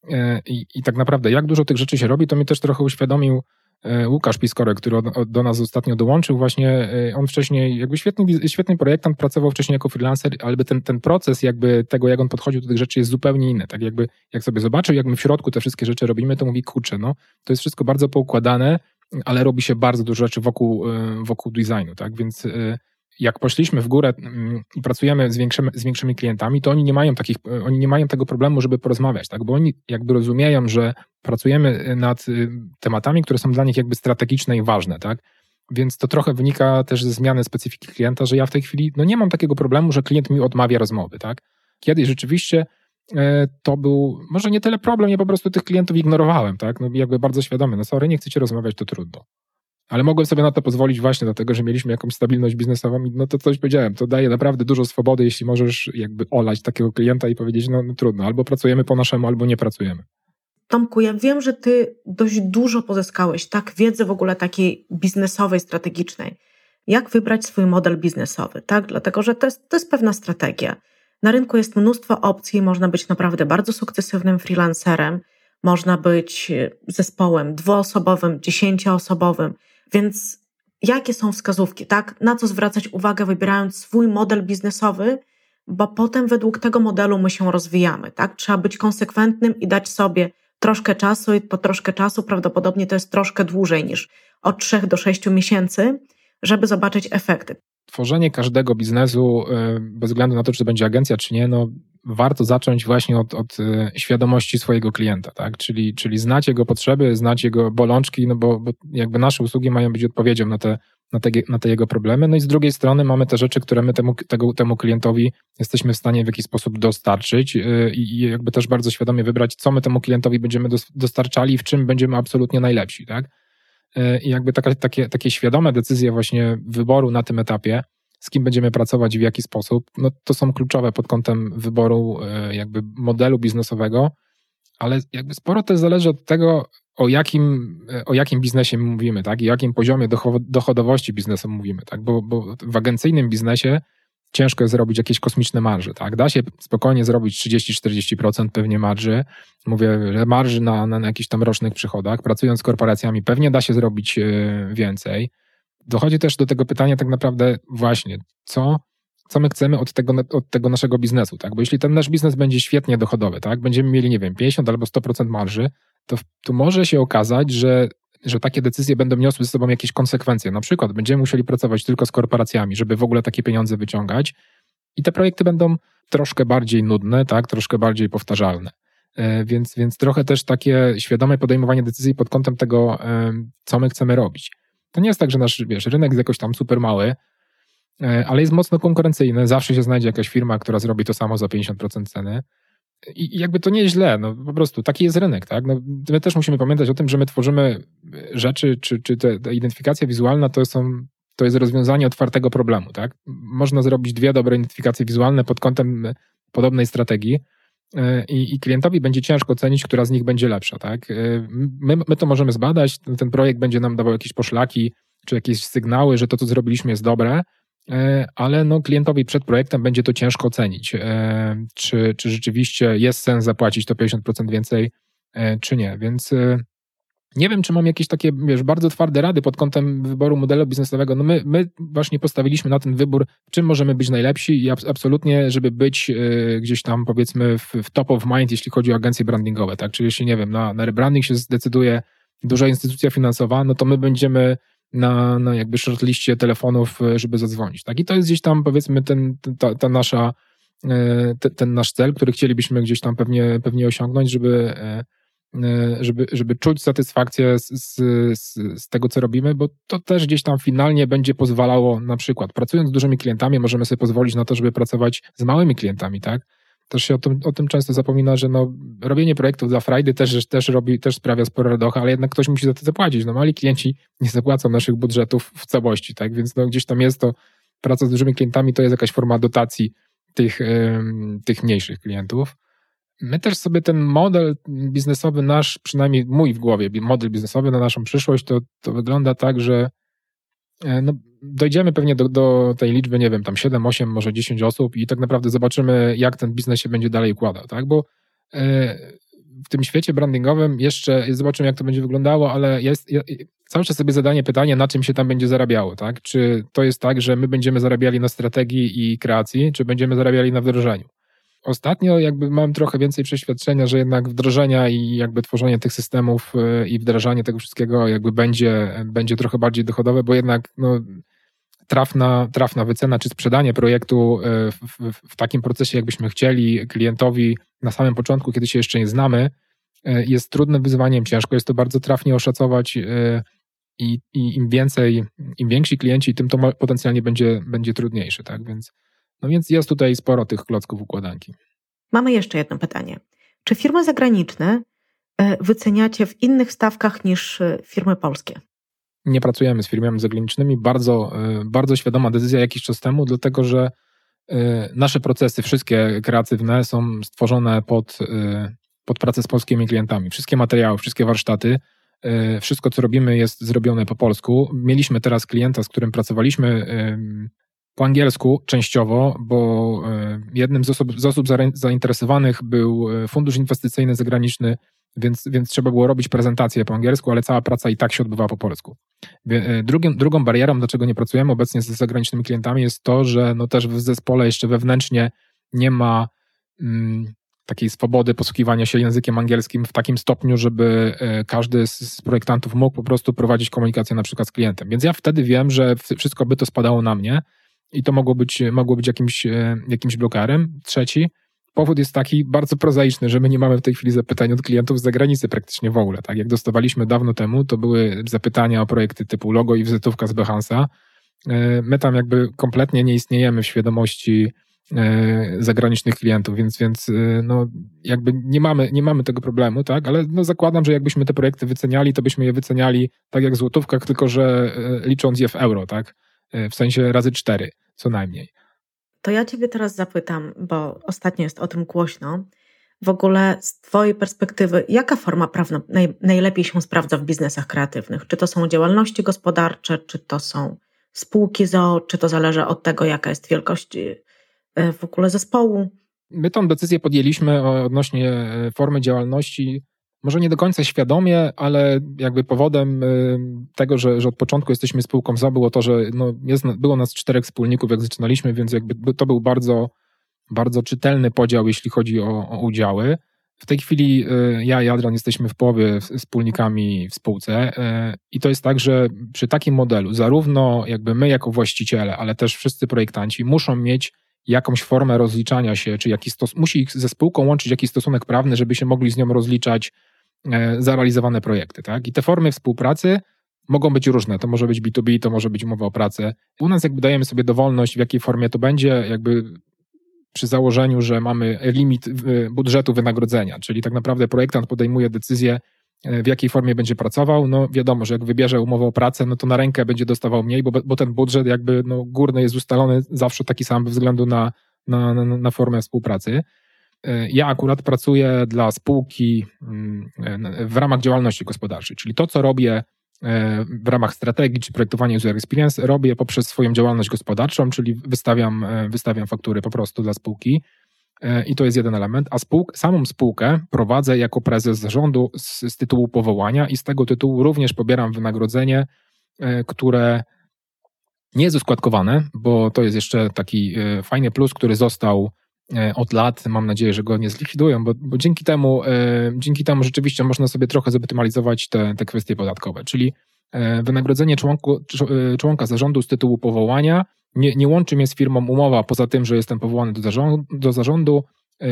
i tak naprawdę jak dużo tych rzeczy się robi, to mnie też trochę uświadomił Łukasz Piskorek, który do nas ostatnio dołączył. Właśnie on wcześniej, jakby świetny projektant, pracował wcześniej jako freelancer, ale ten proces jakby tego, jak on podchodził do tych rzeczy jest zupełnie inny. Tak jakby, jak sobie zobaczył, jak my w środku te wszystkie rzeczy robimy, to mówi, kurczę, no to jest wszystko bardzo poukładane, ale robi się bardzo dużo rzeczy wokół designu, tak? Więc jak poszliśmy w górę i pracujemy z większymi klientami, to oni nie mają tego problemu, żeby porozmawiać, tak? Bo oni jakby rozumieją, że pracujemy nad tematami, które są dla nich jakby strategiczne i ważne, tak? Więc to trochę wynika też ze zmiany specyfiki klienta, że ja w tej chwili nie mam takiego problemu, że klient mi odmawia rozmowy, tak? Kiedyś rzeczywiście to był może nie tyle problem, ja po prostu tych klientów ignorowałem, tak? No jakby bardzo świadomy, sorry, nie chcecie rozmawiać, to trudno. Ale mogłem sobie na to pozwolić właśnie dlatego, że mieliśmy jakąś stabilność biznesową i to coś powiedziałem, to daje naprawdę dużo swobody, jeśli możesz jakby olać takiego klienta i powiedzieć, no trudno, albo pracujemy po naszemu, albo nie pracujemy. Tomku, ja wiem, że ty dość dużo pozyskałeś, tak, wiedzy w ogóle takiej biznesowej, strategicznej. Jak wybrać swój model biznesowy, tak? Dlatego, że to jest pewna strategia. Na rynku jest mnóstwo opcji, można być naprawdę bardzo sukcesywnym freelancerem, można być zespołem 2-osobowym, 10-osobowym, więc jakie są wskazówki, tak? Na co zwracać uwagę, wybierając swój model biznesowy, bo potem według tego modelu my się rozwijamy, tak? Trzeba być konsekwentnym i dać sobie troszkę czasu i to troszkę czasu prawdopodobnie to jest troszkę dłużej niż od 3 do 6 miesięcy, żeby zobaczyć efekty. Tworzenie każdego biznesu, bez względu na to, czy to będzie agencja, czy nie, warto zacząć właśnie od świadomości swojego klienta, tak? Czyli znać jego potrzeby, znać jego bolączki, no bo jakby nasze usługi mają być odpowiedzią na te jego problemy. No i z drugiej strony mamy te rzeczy, które my temu klientowi jesteśmy w stanie w jakiś sposób dostarczyć i jakby też bardzo świadomie wybrać, co my temu klientowi będziemy dostarczali i w czym będziemy absolutnie najlepsi, tak? I jakby takie świadome decyzje właśnie wyboru na tym etapie, z kim będziemy pracować i w jaki sposób, no to są kluczowe pod kątem wyboru jakby modelu biznesowego, ale jakby sporo też zależy od tego, o jakim biznesie mówimy, tak? I jakim poziomie dochodowości biznesu mówimy, tak? Bo w agencyjnym biznesie ciężko jest zrobić jakieś kosmiczne marże, tak? Da się spokojnie zrobić 30-40% pewnie marży, mówię, marży na jakichś tam rocznych przychodach, pracując z korporacjami pewnie da się zrobić więcej. Dochodzi też do tego pytania tak naprawdę właśnie, co my chcemy od tego naszego biznesu, tak? Bo jeśli ten nasz biznes będzie świetnie dochodowy, tak? Będziemy mieli, nie wiem, 50 albo 100% marży, to może się okazać, że takie decyzje będą niosły ze sobą jakieś konsekwencje. Na przykład będziemy musieli pracować tylko z korporacjami, żeby w ogóle takie pieniądze wyciągać i te projekty będą troszkę bardziej nudne, tak? Troszkę bardziej powtarzalne. Więc trochę też takie świadome podejmowanie decyzji pod kątem tego, co my chcemy robić. To nie jest tak, że nasz rynek jest jakoś tam super mały, ale jest mocno konkurencyjny. Zawsze się znajdzie jakaś firma, która zrobi to samo za 50% ceny. I jakby to nie jest źle, no po prostu taki jest rynek, tak? No, my też musimy pamiętać o tym, że my tworzymy rzeczy, czy ta identyfikacja wizualna to jest rozwiązanie otwartego problemu, tak? Można zrobić 2 dobre identyfikacje wizualne pod kątem podobnej strategii i klientowi będzie ciężko ocenić, która z nich będzie lepsza, tak? My to możemy zbadać, ten projekt będzie nam dawał jakieś poszlaki, czy jakieś sygnały, że to, co zrobiliśmy, jest dobre, ale no klientowi przed projektem będzie to ciężko ocenić, czy rzeczywiście jest sens zapłacić to 50% więcej, czy nie. Więc nie wiem, czy mam jakieś takie, bardzo twarde rady pod kątem wyboru modelu biznesowego. No my właśnie postawiliśmy na ten wybór, w czym możemy być najlepsi i absolutnie, żeby być gdzieś tam, powiedzmy, w top of mind, jeśli chodzi o agencje brandingowe, tak? Czyli jeśli, nie wiem, na rebranding się zdecyduje duża instytucja finansowa, no to my będziemy na jakby shortliście telefonów, żeby zadzwonić, tak? I to jest gdzieś tam, powiedzmy, ten nasz cel, który chcielibyśmy gdzieś tam pewnie osiągnąć, żeby czuć satysfakcję z tego, co robimy, bo to też gdzieś tam finalnie będzie pozwalało, na przykład pracując z dużymi klientami, możemy sobie pozwolić na to, żeby pracować z małymi klientami, tak? Też się o tym często zapomina, że no, robienie projektów dla frajdy też sprawia sporo radocha, ale jednak ktoś musi za to zapłacić. No, mali klienci nie zapłacą naszych budżetów w całości, tak? Więc no, gdzieś tam jest to, praca z dużymi klientami to jest jakaś forma dotacji tych mniejszych klientów. My też sobie ten model biznesowy nasz, przynajmniej mój w głowie, model biznesowy na naszą przyszłość, to wygląda tak, że no, dojdziemy pewnie do tej liczby, nie wiem, tam 7, 8, może 10 osób i tak naprawdę zobaczymy, jak ten biznes się będzie dalej układał, tak? Bo w tym świecie brandingowym jeszcze zobaczymy, jak to będzie wyglądało, ale cały czas sobie zadaję pytanie, na czym się tam będzie zarabiało, tak? Czy to jest tak, że my będziemy zarabiali na strategii i kreacji, czy będziemy zarabiali na wdrożeniu? Ostatnio jakby mam trochę więcej przeświadczenia, że jednak wdrożenia i jakby tworzenie tych systemów i wdrażanie tego wszystkiego jakby będzie trochę bardziej dochodowe, bo jednak no, trafna wycena czy sprzedanie projektu w takim procesie, jakbyśmy chcieli klientowi na samym początku, kiedy się jeszcze nie znamy, jest trudnym wyzwaniem, ciężko jest to bardzo trafnie oszacować i im więksi klienci, tym to potencjalnie będzie trudniejsze, tak? Więc jest tutaj sporo tych klocków układanki. Mamy jeszcze jedno pytanie. Czy firmy zagraniczne wyceniacie w innych stawkach niż firmy polskie? Nie pracujemy z firmami zagranicznymi. Bardzo, bardzo świadoma decyzja jakiś czas temu, dlatego że nasze procesy, wszystkie kreatywne są stworzone pod pracę z polskimi klientami. Wszystkie materiały, wszystkie warsztaty, wszystko co robimy jest zrobione po polsku. Mieliśmy teraz klienta, z którym pracowaliśmy po angielsku częściowo, bo jednym z osób zainteresowanych był fundusz inwestycyjny zagraniczny, więc trzeba było robić prezentację po angielsku, ale cała praca i tak się odbywała po polsku. Drugą barierą, dlaczego nie pracujemy obecnie z zagranicznymi klientami, jest to, że no też w zespole jeszcze wewnętrznie nie ma takiej swobody posługiwania się językiem angielskim w takim stopniu, żeby każdy z projektantów mógł po prostu prowadzić komunikację na przykład z klientem. Więc ja wtedy wiem, że wszystko by to spadało na mnie i to mogło być jakimś blokerem. Trzeci powód jest taki bardzo prozaiczny, że my nie mamy w tej chwili zapytań od klientów z zagranicy praktycznie w ogóle. Tak? Jak dostawaliśmy dawno temu, to były zapytania o projekty typu logo i wizytówka z Behansa. My tam jakby kompletnie nie istniejemy w świadomości zagranicznych klientów, więc no jakby nie mamy tego problemu, tak? Ale no zakładam, że jakbyśmy te projekty wyceniali, to byśmy je wyceniali tak jak w złotówkach, tylko że licząc je w euro, tak? W sensie razy 4 co najmniej. To ja Ciebie teraz zapytam, bo ostatnio jest o tym głośno. W ogóle z Twojej perspektywy, jaka forma prawna najlepiej się sprawdza w biznesach kreatywnych? Czy to są działalności gospodarcze, czy to są spółki z o.o., czy to zależy od tego, jaka jest wielkość w ogóle zespołu? My tą decyzję podjęliśmy odnośnie formy działalności, może nie do końca świadomie, ale jakby powodem tego, że od początku jesteśmy spółką z o.o. było to, że no było nas 4 wspólników, jak zaczynaliśmy, więc jakby to był bardzo, bardzo czytelny podział, jeśli chodzi o udziały. W tej chwili ja i Adrian jesteśmy w połowie wspólnikami w spółce i to jest tak, że przy takim modelu zarówno jakby my jako właściciele, ale też wszyscy projektanci muszą mieć jakąś formę rozliczania się, czy musi ich ze spółką łączyć jakiś stosunek prawny, żeby się mogli z nią rozliczać za realizowane projekty. Tak? I te formy współpracy mogą być różne. To może być B2B, to może być umowa o pracę. U nas jakby dajemy sobie dowolność, w jakiej formie to będzie, jakby przy założeniu, że mamy limit budżetu wynagrodzenia, czyli tak naprawdę projektant podejmuje decyzję, w jakiej formie będzie pracował. No wiadomo, że jak wybierze umowę o pracę, no to na rękę będzie dostawał mniej, bo ten budżet jakby no, górny jest ustalony zawsze taki sam bez względu na formę współpracy. Ja akurat pracuję dla spółki w ramach działalności gospodarczej, czyli to, co robię w ramach strategii czy projektowania user experience, robię poprzez swoją działalność gospodarczą, czyli wystawiam faktury po prostu dla spółki i to jest jeden element, a samą spółkę prowadzę jako prezes zarządu z tytułu powołania i z tego tytułu również pobieram wynagrodzenie, które nie jest uskładkowane, bo to jest jeszcze taki fajny plus, który został od lat. Mam nadzieję, że go nie zlikwidują, bo dzięki temu rzeczywiście można sobie trochę zoptymalizować te kwestie podatkowe, czyli wynagrodzenie członka zarządu z tytułu powołania nie łączy mnie z firmą umowa, poza tym, że jestem powołany do zarządu.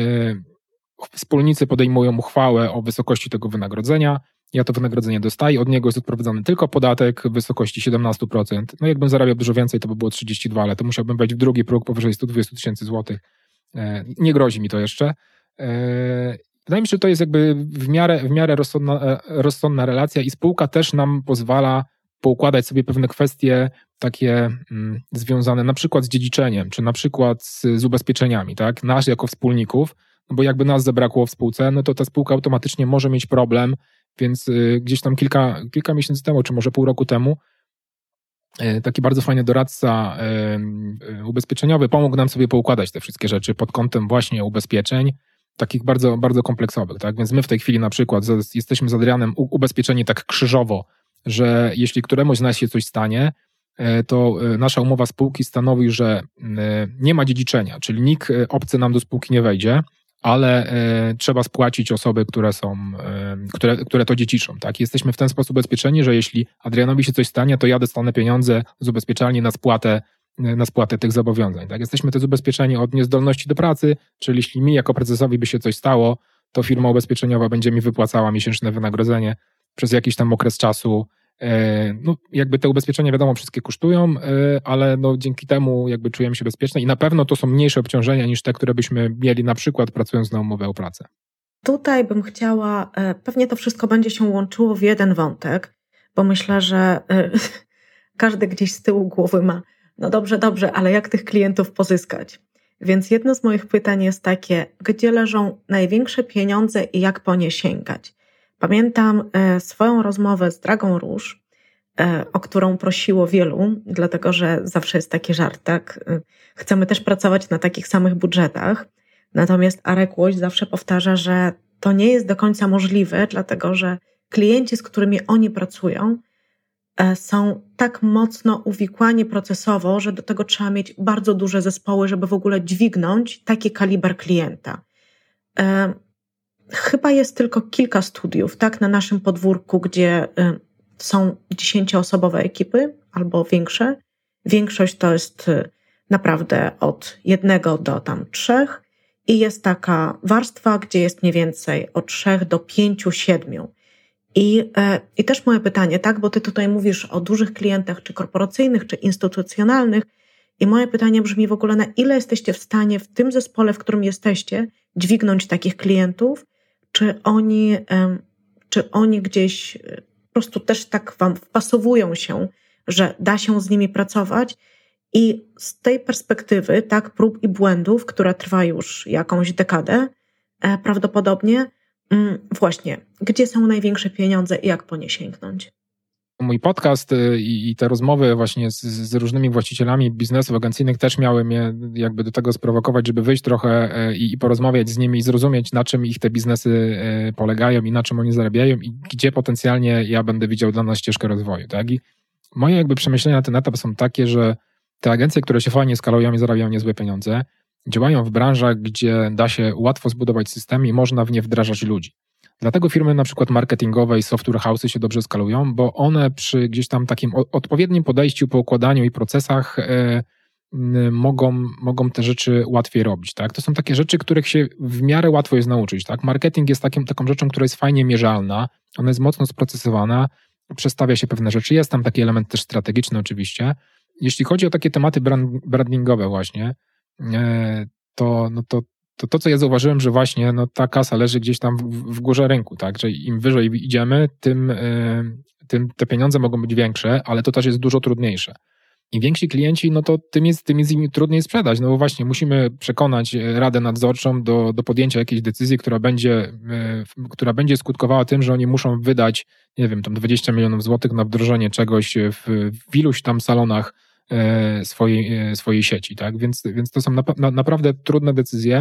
Wspólnicy podejmują uchwałę o wysokości tego wynagrodzenia. Ja to wynagrodzenie dostaję, od niego jest odprowadzany tylko podatek w wysokości 17%. No jakbym zarabiał dużo więcej, to by było 32, ale to musiałbym wejść w drugi próg powyżej 120 tysięcy złotych. Nie grozi mi to jeszcze. Wydaje mi się, że to jest jakby w miarę rozsądna relacja i spółka też nam pozwala poukładać sobie pewne kwestie takie związane na przykład z dziedziczeniem, czy na przykład z ubezpieczeniami, tak? Nas jako wspólników, no bo jakby nas zabrakło w spółce, no to ta spółka automatycznie może mieć problem, więc gdzieś tam kilka miesięcy temu, czy może pół roku temu, taki bardzo fajny doradca ubezpieczeniowy pomógł nam sobie poukładać te wszystkie rzeczy pod kątem właśnie ubezpieczeń, takich bardzo, bardzo kompleksowych, tak? Więc my w tej chwili na przykład jesteśmy z Adrianem ubezpieczeni tak krzyżowo, że jeśli któremuś z nas się coś stanie, to nasza umowa spółki stanowi, że nie ma dziedziczenia, czyli nikt obcy nam do spółki nie wejdzie, ale trzeba spłacić osoby, które to dziedziczą. Tak? Jesteśmy w ten sposób ubezpieczeni, że jeśli Adrianowi się coś stanie, to ja dostanę pieniądze z ubezpieczalni na spłatę tych zobowiązań. Tak? Jesteśmy też ubezpieczeni od niezdolności do pracy, czyli jeśli mi jako prezesowi by się coś stało, to firma ubezpieczeniowa będzie mi wypłacała miesięczne wynagrodzenie przez jakiś tam okres czasu. No, jakby te ubezpieczenia wiadomo wszystkie kosztują, ale no, dzięki temu jakby czujemy się bezpieczne i na pewno to są mniejsze obciążenia niż te, które byśmy mieli na przykład pracując na umowę o pracę. Tutaj bym chciała, pewnie to wszystko będzie się łączyło w jeden wątek, bo myślę, że każdy gdzieś z tyłu głowy ma, no dobrze, ale jak tych klientów pozyskać? Więc jedno z moich pytań jest takie, gdzie leżą największe pieniądze i jak po nie sięgać? Pamiętam swoją rozmowę z Dragą Róż, o którą prosiło wielu, dlatego że zawsze jest taki żart, tak? Chcemy też pracować na takich samych budżetach, natomiast Arek Łoś zawsze powtarza, że to nie jest do końca możliwe, dlatego że klienci, z którymi oni pracują, są tak mocno uwikłani procesowo, że do tego trzeba mieć bardzo duże zespoły, żeby w ogóle dźwignąć taki kaliber klienta. Chyba jest tylko kilka studiów, tak, na naszym podwórku, gdzie są 10-osobowe ekipy albo większe. Większość to jest naprawdę od 1 do 3 i jest taka warstwa, gdzie jest mniej więcej od 3 do 5, 7. I też moje pytanie, tak, bo ty tutaj mówisz o dużych klientach, czy korporacyjnych, czy instytucjonalnych, i moje pytanie brzmi w ogóle, na ile jesteście w stanie w tym zespole, w którym jesteście, dźwignąć takich klientów, czy oni gdzieś po prostu też tak wam wpasowują się, że da się z nimi pracować. I z tej perspektywy, tak, prób i błędów, która trwa już jakąś dekadę, prawdopodobnie, właśnie, gdzie są największe pieniądze i jak po nie sięgnąć? Mój podcast i te rozmowy właśnie z różnymi właścicielami biznesów agencyjnych też miały mnie jakby do tego sprowokować, żeby wyjść trochę i porozmawiać z nimi i zrozumieć, na czym ich te biznesy polegają i na czym oni zarabiają i gdzie potencjalnie ja będę widział dla nas ścieżkę rozwoju. Tak? I moje jakby przemyślenia na ten etap są takie, że te agencje, które się fajnie skalują i zarabiają niezłe pieniądze, działają w branżach, gdzie da się łatwo zbudować system i można w nie wdrażać ludzi. Dlatego firmy na przykład marketingowe i software house'y się dobrze skalują, bo one przy gdzieś tam takim odpowiednim podejściu, poukładaniu i procesach mogą te rzeczy łatwiej robić. Tak? To są takie rzeczy, których się w miarę łatwo jest nauczyć. Tak? Marketing jest taką rzeczą, która jest fajnie mierzalna, ona jest mocno sprocesowana, przestawia się pewne rzeczy, jest tam taki element też strategiczny oczywiście. Jeśli chodzi o takie tematy brandingowe właśnie, to co ja zauważyłem, że właśnie ta kasa leży gdzieś tam w górze rynku, tak, że im wyżej idziemy, tym te pieniądze mogą być większe, ale to też jest dużo trudniejsze. Im więksi klienci, to tym jest im trudniej sprzedać, bo właśnie musimy przekonać radę nadzorczą do podjęcia jakiejś decyzji, która będzie skutkowała tym, że oni muszą wydać, nie wiem, tam 20 milionów złotych na wdrożenie czegoś w iluś tam salonach swojej sieci, tak, więc to są naprawdę trudne decyzje.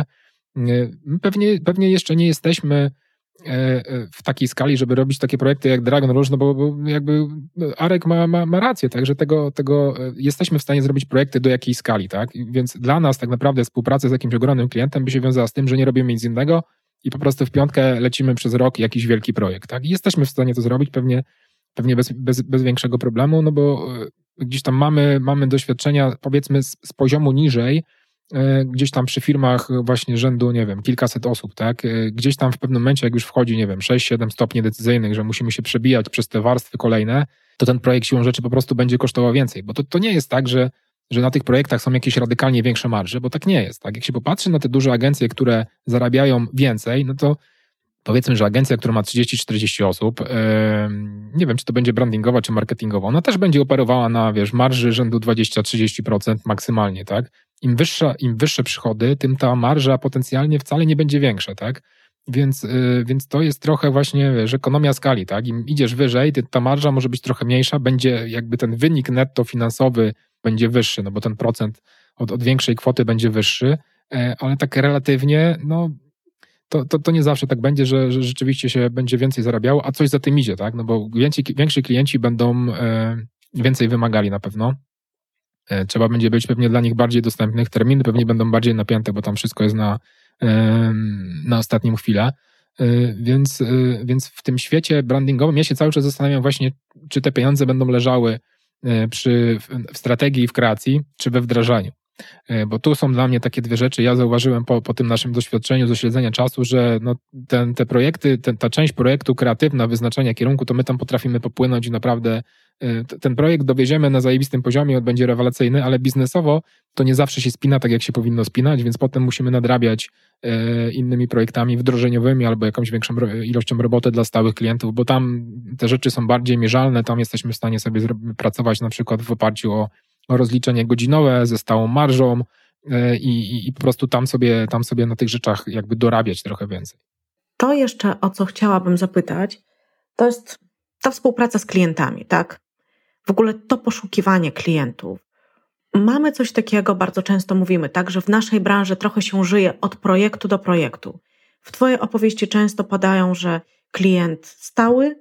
Pewnie jeszcze nie jesteśmy w takiej skali, żeby robić takie projekty jak Dragon Rouge, bo jakby Arek ma rację, tak, że tego jesteśmy w stanie zrobić projekty do jakiej skali, tak, więc dla nas tak naprawdę współpraca z jakimś ogromnym klientem by się wiązała z tym, że nie robimy nic innego i po prostu w piątkę lecimy przez rok jakiś wielki projekt, tak, i jesteśmy w stanie to zrobić pewnie bez większego problemu, bo gdzieś tam mamy doświadczenia, powiedzmy z poziomu niżej, gdzieś tam przy firmach właśnie rzędu, nie wiem, kilkaset osób, tak? Gdzieś tam w pewnym momencie, jak już wchodzi, nie wiem, 6-7 stopni decyzyjnych, że musimy się przebijać przez te warstwy kolejne, to ten projekt siłą rzeczy po prostu będzie kosztował więcej, bo to nie jest tak, że na tych projektach są jakieś radykalnie większe marże, bo tak nie jest, tak? Jak się popatrzy na te duże agencje, które zarabiają więcej, to powiedzmy, że agencja, która ma 30-40 osób, nie wiem, czy to będzie brandingowa, czy marketingowa, ona też będzie operowała na, marży rzędu 20-30% maksymalnie, tak? Im wyższe przychody, tym ta marża potencjalnie wcale nie będzie większa, tak? Więc to jest trochę właśnie, ekonomia skali, tak? Im idziesz wyżej, ta marża może być trochę mniejsza, będzie jakby ten wynik netto finansowy będzie wyższy, bo ten procent od większej kwoty będzie wyższy, ale tak relatywnie, to nie zawsze tak będzie, że rzeczywiście się będzie więcej zarabiało, a coś za tym idzie, tak? Bo więksi klienci będą więcej wymagali na pewno. Trzeba będzie być pewnie dla nich bardziej dostępnych, terminy pewnie będą bardziej napięte, bo tam wszystko jest na ostatnią chwilę. Więc w tym świecie brandingowym ja się cały czas zastanawiam właśnie, czy te pieniądze będą leżały w strategii i w kreacji, czy we wdrażaniu. Bo tu są dla mnie takie dwie rzeczy. Ja zauważyłem po tym naszym doświadczeniu ze śledzenia czasu, że te projekty, ta część projektu kreatywna, wyznaczenia kierunku, to my tam potrafimy popłynąć i naprawdę ten projekt dowieziemy na zajebistym poziomie, on będzie rewelacyjny, ale biznesowo to nie zawsze się spina tak, jak się powinno spinać, więc potem musimy nadrabiać innymi projektami wdrożeniowymi albo jakąś większą ilością roboty dla stałych klientów, bo tam te rzeczy są bardziej mierzalne, tam jesteśmy w stanie sobie pracować na przykład w oparciu o rozliczenie godzinowe ze stałą marżą i po prostu tam sobie na tych rzeczach jakby dorabiać trochę więcej. To jeszcze, o co chciałabym zapytać, to jest ta współpraca z klientami, tak? W ogóle to poszukiwanie klientów. Mamy coś takiego, bardzo często mówimy, tak, że w naszej branży trochę się żyje od projektu do projektu. W twojej opowieści często padają, że klient stały,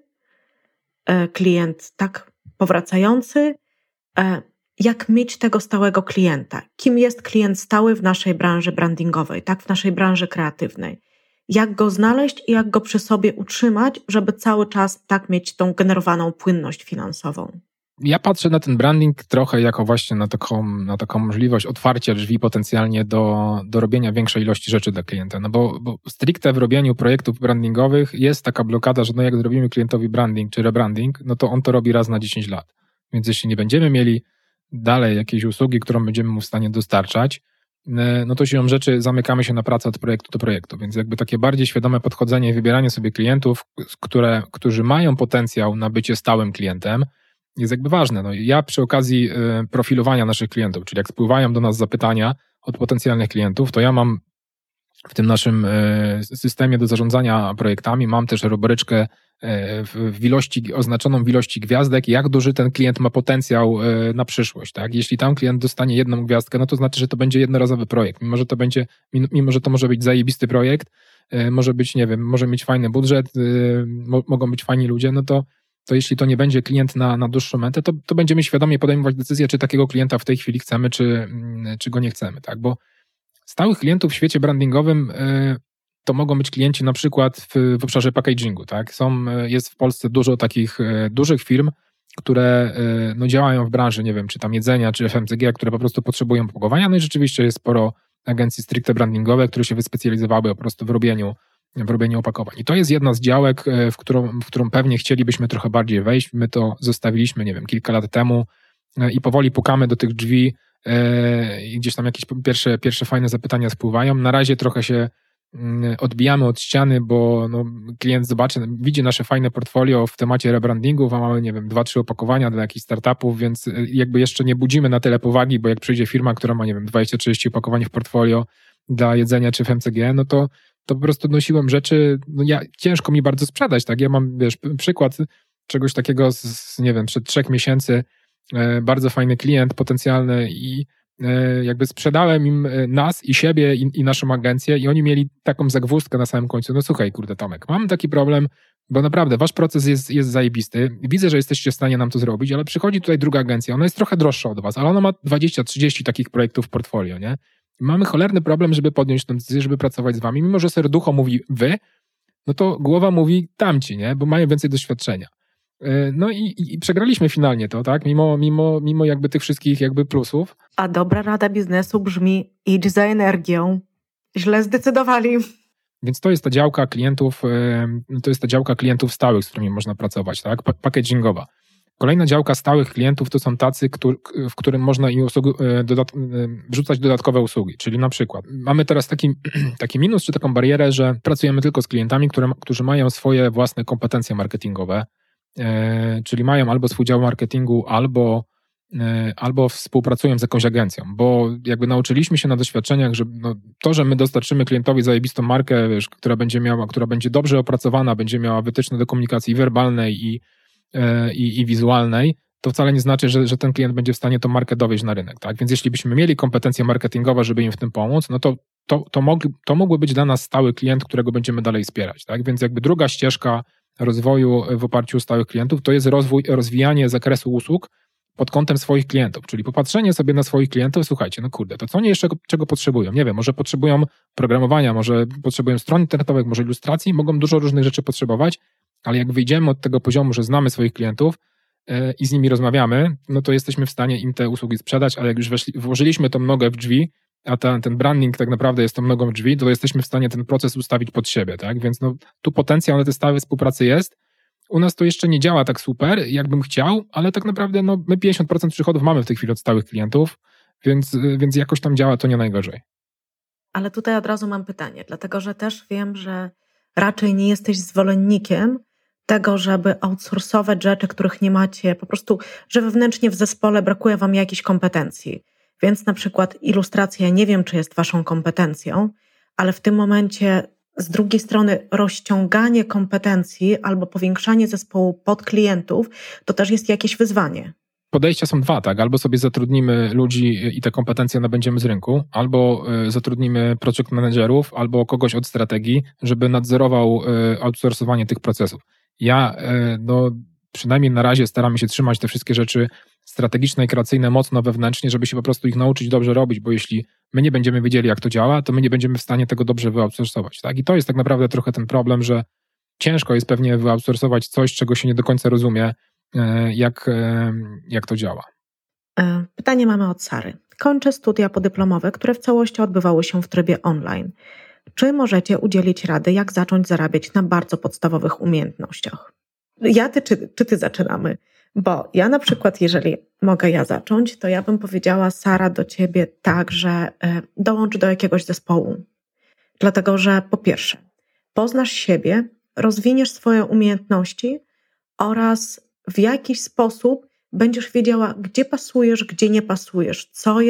klient tak powracający. Jak mieć tego stałego klienta? Kim jest klient stały w naszej branży brandingowej, tak, w naszej branży kreatywnej? Jak go znaleźć i jak go przy sobie utrzymać, żeby cały czas tak mieć tą generowaną płynność finansową? Ja patrzę na ten branding trochę jako właśnie na taką możliwość otwarcia drzwi potencjalnie do robienia większej ilości rzeczy dla klienta. No bo stricte w robieniu projektów brandingowych jest taka blokada, że no jak zrobimy klientowi branding czy rebranding, no to on to robi raz na 10 lat. Więc jeśli nie będziemy mieli dalej jakiejś usługi, którą będziemy mu w stanie dostarczać, no to siłą rzeczy zamykamy się na pracę od projektu do projektu. Więc jakby takie bardziej świadome podchodzenie i wybieranie sobie klientów, którzy mają potencjał na bycie stałym klientem, jest jakby ważne. No, ja przy okazji profilowania naszych klientów, czyli jak spływają do nas zapytania od potencjalnych klientów, to ja mam w tym naszym systemie do zarządzania projektami, mam też rubryczkę oznaczoną w ilości gwiazdek, jak duży ten klient ma potencjał na przyszłość. Tak? Jeśli tam klient dostanie 1 gwiazdkę, no to znaczy, że to będzie jednorazowy projekt. Mimo że to może być zajebisty projekt, może być, nie wiem, może mieć fajny budżet, mogą być fajni ludzie, no to jeśli to nie będzie klient na dłuższą metę, to będziemy świadomie podejmować decyzję, czy takiego klienta w tej chwili chcemy, czy go nie chcemy. Tak? Bo stałych klientów w świecie brandingowym to mogą być klienci na przykład w obszarze packagingu. Tak? Jest w Polsce dużo takich dużych firm, które no, działają w branży, nie wiem, czy tam jedzenia, czy FMCG, które po prostu potrzebują opakowania. No i rzeczywiście jest sporo agencji stricte brandingowe, które się wyspecjalizowały po prostu w robieniu opakowań. I to jest jedna z działek, w którą pewnie chcielibyśmy trochę bardziej wejść. My to zostawiliśmy, nie wiem, kilka lat temu i powoli pukamy do tych drzwi i gdzieś tam jakieś pierwsze fajne zapytania spływają. Na razie trochę się odbijamy od ściany, bo no, klient widzi nasze fajne portfolio w temacie rebrandingów, a mamy, nie wiem, 2-3 opakowania dla jakichś startupów, więc jakby jeszcze nie budzimy na tyle powagi, bo jak przyjdzie firma, która ma, nie wiem, 20-30 opakowań w portfolio dla jedzenia czy FMCG, no to po prostu nosiłem rzeczy, no ciężko mi bardzo sprzedać, tak? Ja mam, wiesz, przykład czegoś takiego nie wiem, przed 3 miesięcy, bardzo fajny klient potencjalny i jakby sprzedałem im nas i siebie i naszą agencję i oni mieli taką zagwozdkę na samym końcu. No słuchaj, kurde Tomek, mam taki problem, bo naprawdę wasz proces jest zajebisty. Widzę, że jesteście w stanie nam to zrobić, ale przychodzi tutaj druga agencja, ona jest trochę droższa od was, ale ona ma 20-30 takich projektów w portfolio, nie? I mamy cholerny problem, żeby podjąć tę decyzję, żeby pracować z wami. Mimo że serducho mówi wy, no to głowa mówi tamci, nie? Bo mają więcej doświadczenia. No i przegraliśmy finalnie to, tak? Mimo jakby tych wszystkich jakby plusów. A dobra rada biznesu brzmi: idź za energią. Źle zdecydowali. Więc to jest ta działka klientów stałych, z którymi można pracować, tak? Packagingowa. Kolejna działka stałych klientów to są tacy, w którym można im wrzucać dodatkowe usługi. Czyli na przykład mamy teraz taki minus, czy taką barierę, że pracujemy tylko z klientami, którzy mają swoje własne kompetencje marketingowe, czyli mają albo swój dział marketingu, albo współpracują z jakąś agencją, bo jakby nauczyliśmy się na doświadczeniach, że no, to, że my dostarczymy klientowi zajebistą markę, wiesz, która będzie dobrze opracowana, będzie miała wytyczne do komunikacji werbalnej i wizualnej, to wcale nie znaczy, że ten klient będzie w stanie tą markę dowieść na rynek. Tak? Więc jeśli byśmy mieli kompetencje marketingowe, żeby im w tym pomóc, no to mógłby być dla nas stały klient, którego będziemy dalej wspierać. Tak? Więc jakby druga ścieżka rozwoju w oparciu o stałych klientów to jest rozwijanie zakresu usług pod kątem swoich klientów, czyli popatrzenie sobie na swoich klientów, słuchajcie, no kurde, to co oni jeszcze czego potrzebują? Nie wiem, może potrzebują programowania, może potrzebują stron internetowych, może ilustracji, mogą dużo różnych rzeczy potrzebować, ale jak wyjdziemy od tego poziomu, że znamy swoich klientów i z nimi rozmawiamy, no to jesteśmy w stanie im te usługi sprzedać, ale jak już włożyliśmy tą nogę w drzwi, a ten branding tak naprawdę jest tą nogą w drzwi, to jesteśmy w stanie ten proces ustawić pod siebie, tak? Więc no, tu potencjał na te stałe współpracy jest. U nas to jeszcze nie działa tak super, jakbym chciał, ale tak naprawdę no, my 50% przychodów mamy w tej chwili od stałych klientów, więc jakoś tam działa to nie najgorzej. Ale tutaj od razu mam pytanie, dlatego że też wiem, że raczej nie jesteś zwolennikiem tego, żeby outsourcować rzeczy, których nie macie, po prostu, że wewnętrznie w zespole brakuje wam jakichś kompetencji. Więc na przykład ilustracja, nie wiem, czy jest waszą kompetencją, ale w tym momencie z drugiej strony rozciąganie kompetencji albo powiększanie zespołu pod klientów, to też jest jakieś wyzwanie. Podejścia są dwa, tak? Albo sobie zatrudnimy ludzi i te kompetencje nabędziemy z rynku, albo zatrudnimy project managerów, albo kogoś od strategii, żeby nadzorował outsourcowanie tych procesów. Ja przynajmniej na razie staramy się trzymać te wszystkie rzeczy strategiczne i kreacyjne mocno wewnętrznie, żeby się po prostu ich nauczyć dobrze robić, bo jeśli my nie będziemy wiedzieli, jak to działa, to my nie będziemy w stanie tego dobrze wyoutsourcować. Tak? I to jest tak naprawdę trochę ten problem, że ciężko jest pewnie wyoutsourcować coś, czego się nie do końca rozumie jak to działa. Pytanie mamy od Sary. Kończę studia podyplomowe, które w całości odbywały się w trybie online. Czy możecie udzielić rady, jak zacząć zarabiać na bardzo podstawowych umiejętnościach? Ja czy ty zaczynamy? Bo ja na przykład, jeżeli mogę ja zacząć, to ja bym powiedziała, Sara, do ciebie tak, że dołącz do jakiegoś zespołu. Dlatego, że po pierwsze, poznasz siebie, rozwiniesz swoje umiejętności oraz w jakiś sposób będziesz wiedziała, gdzie pasujesz, gdzie nie pasujesz,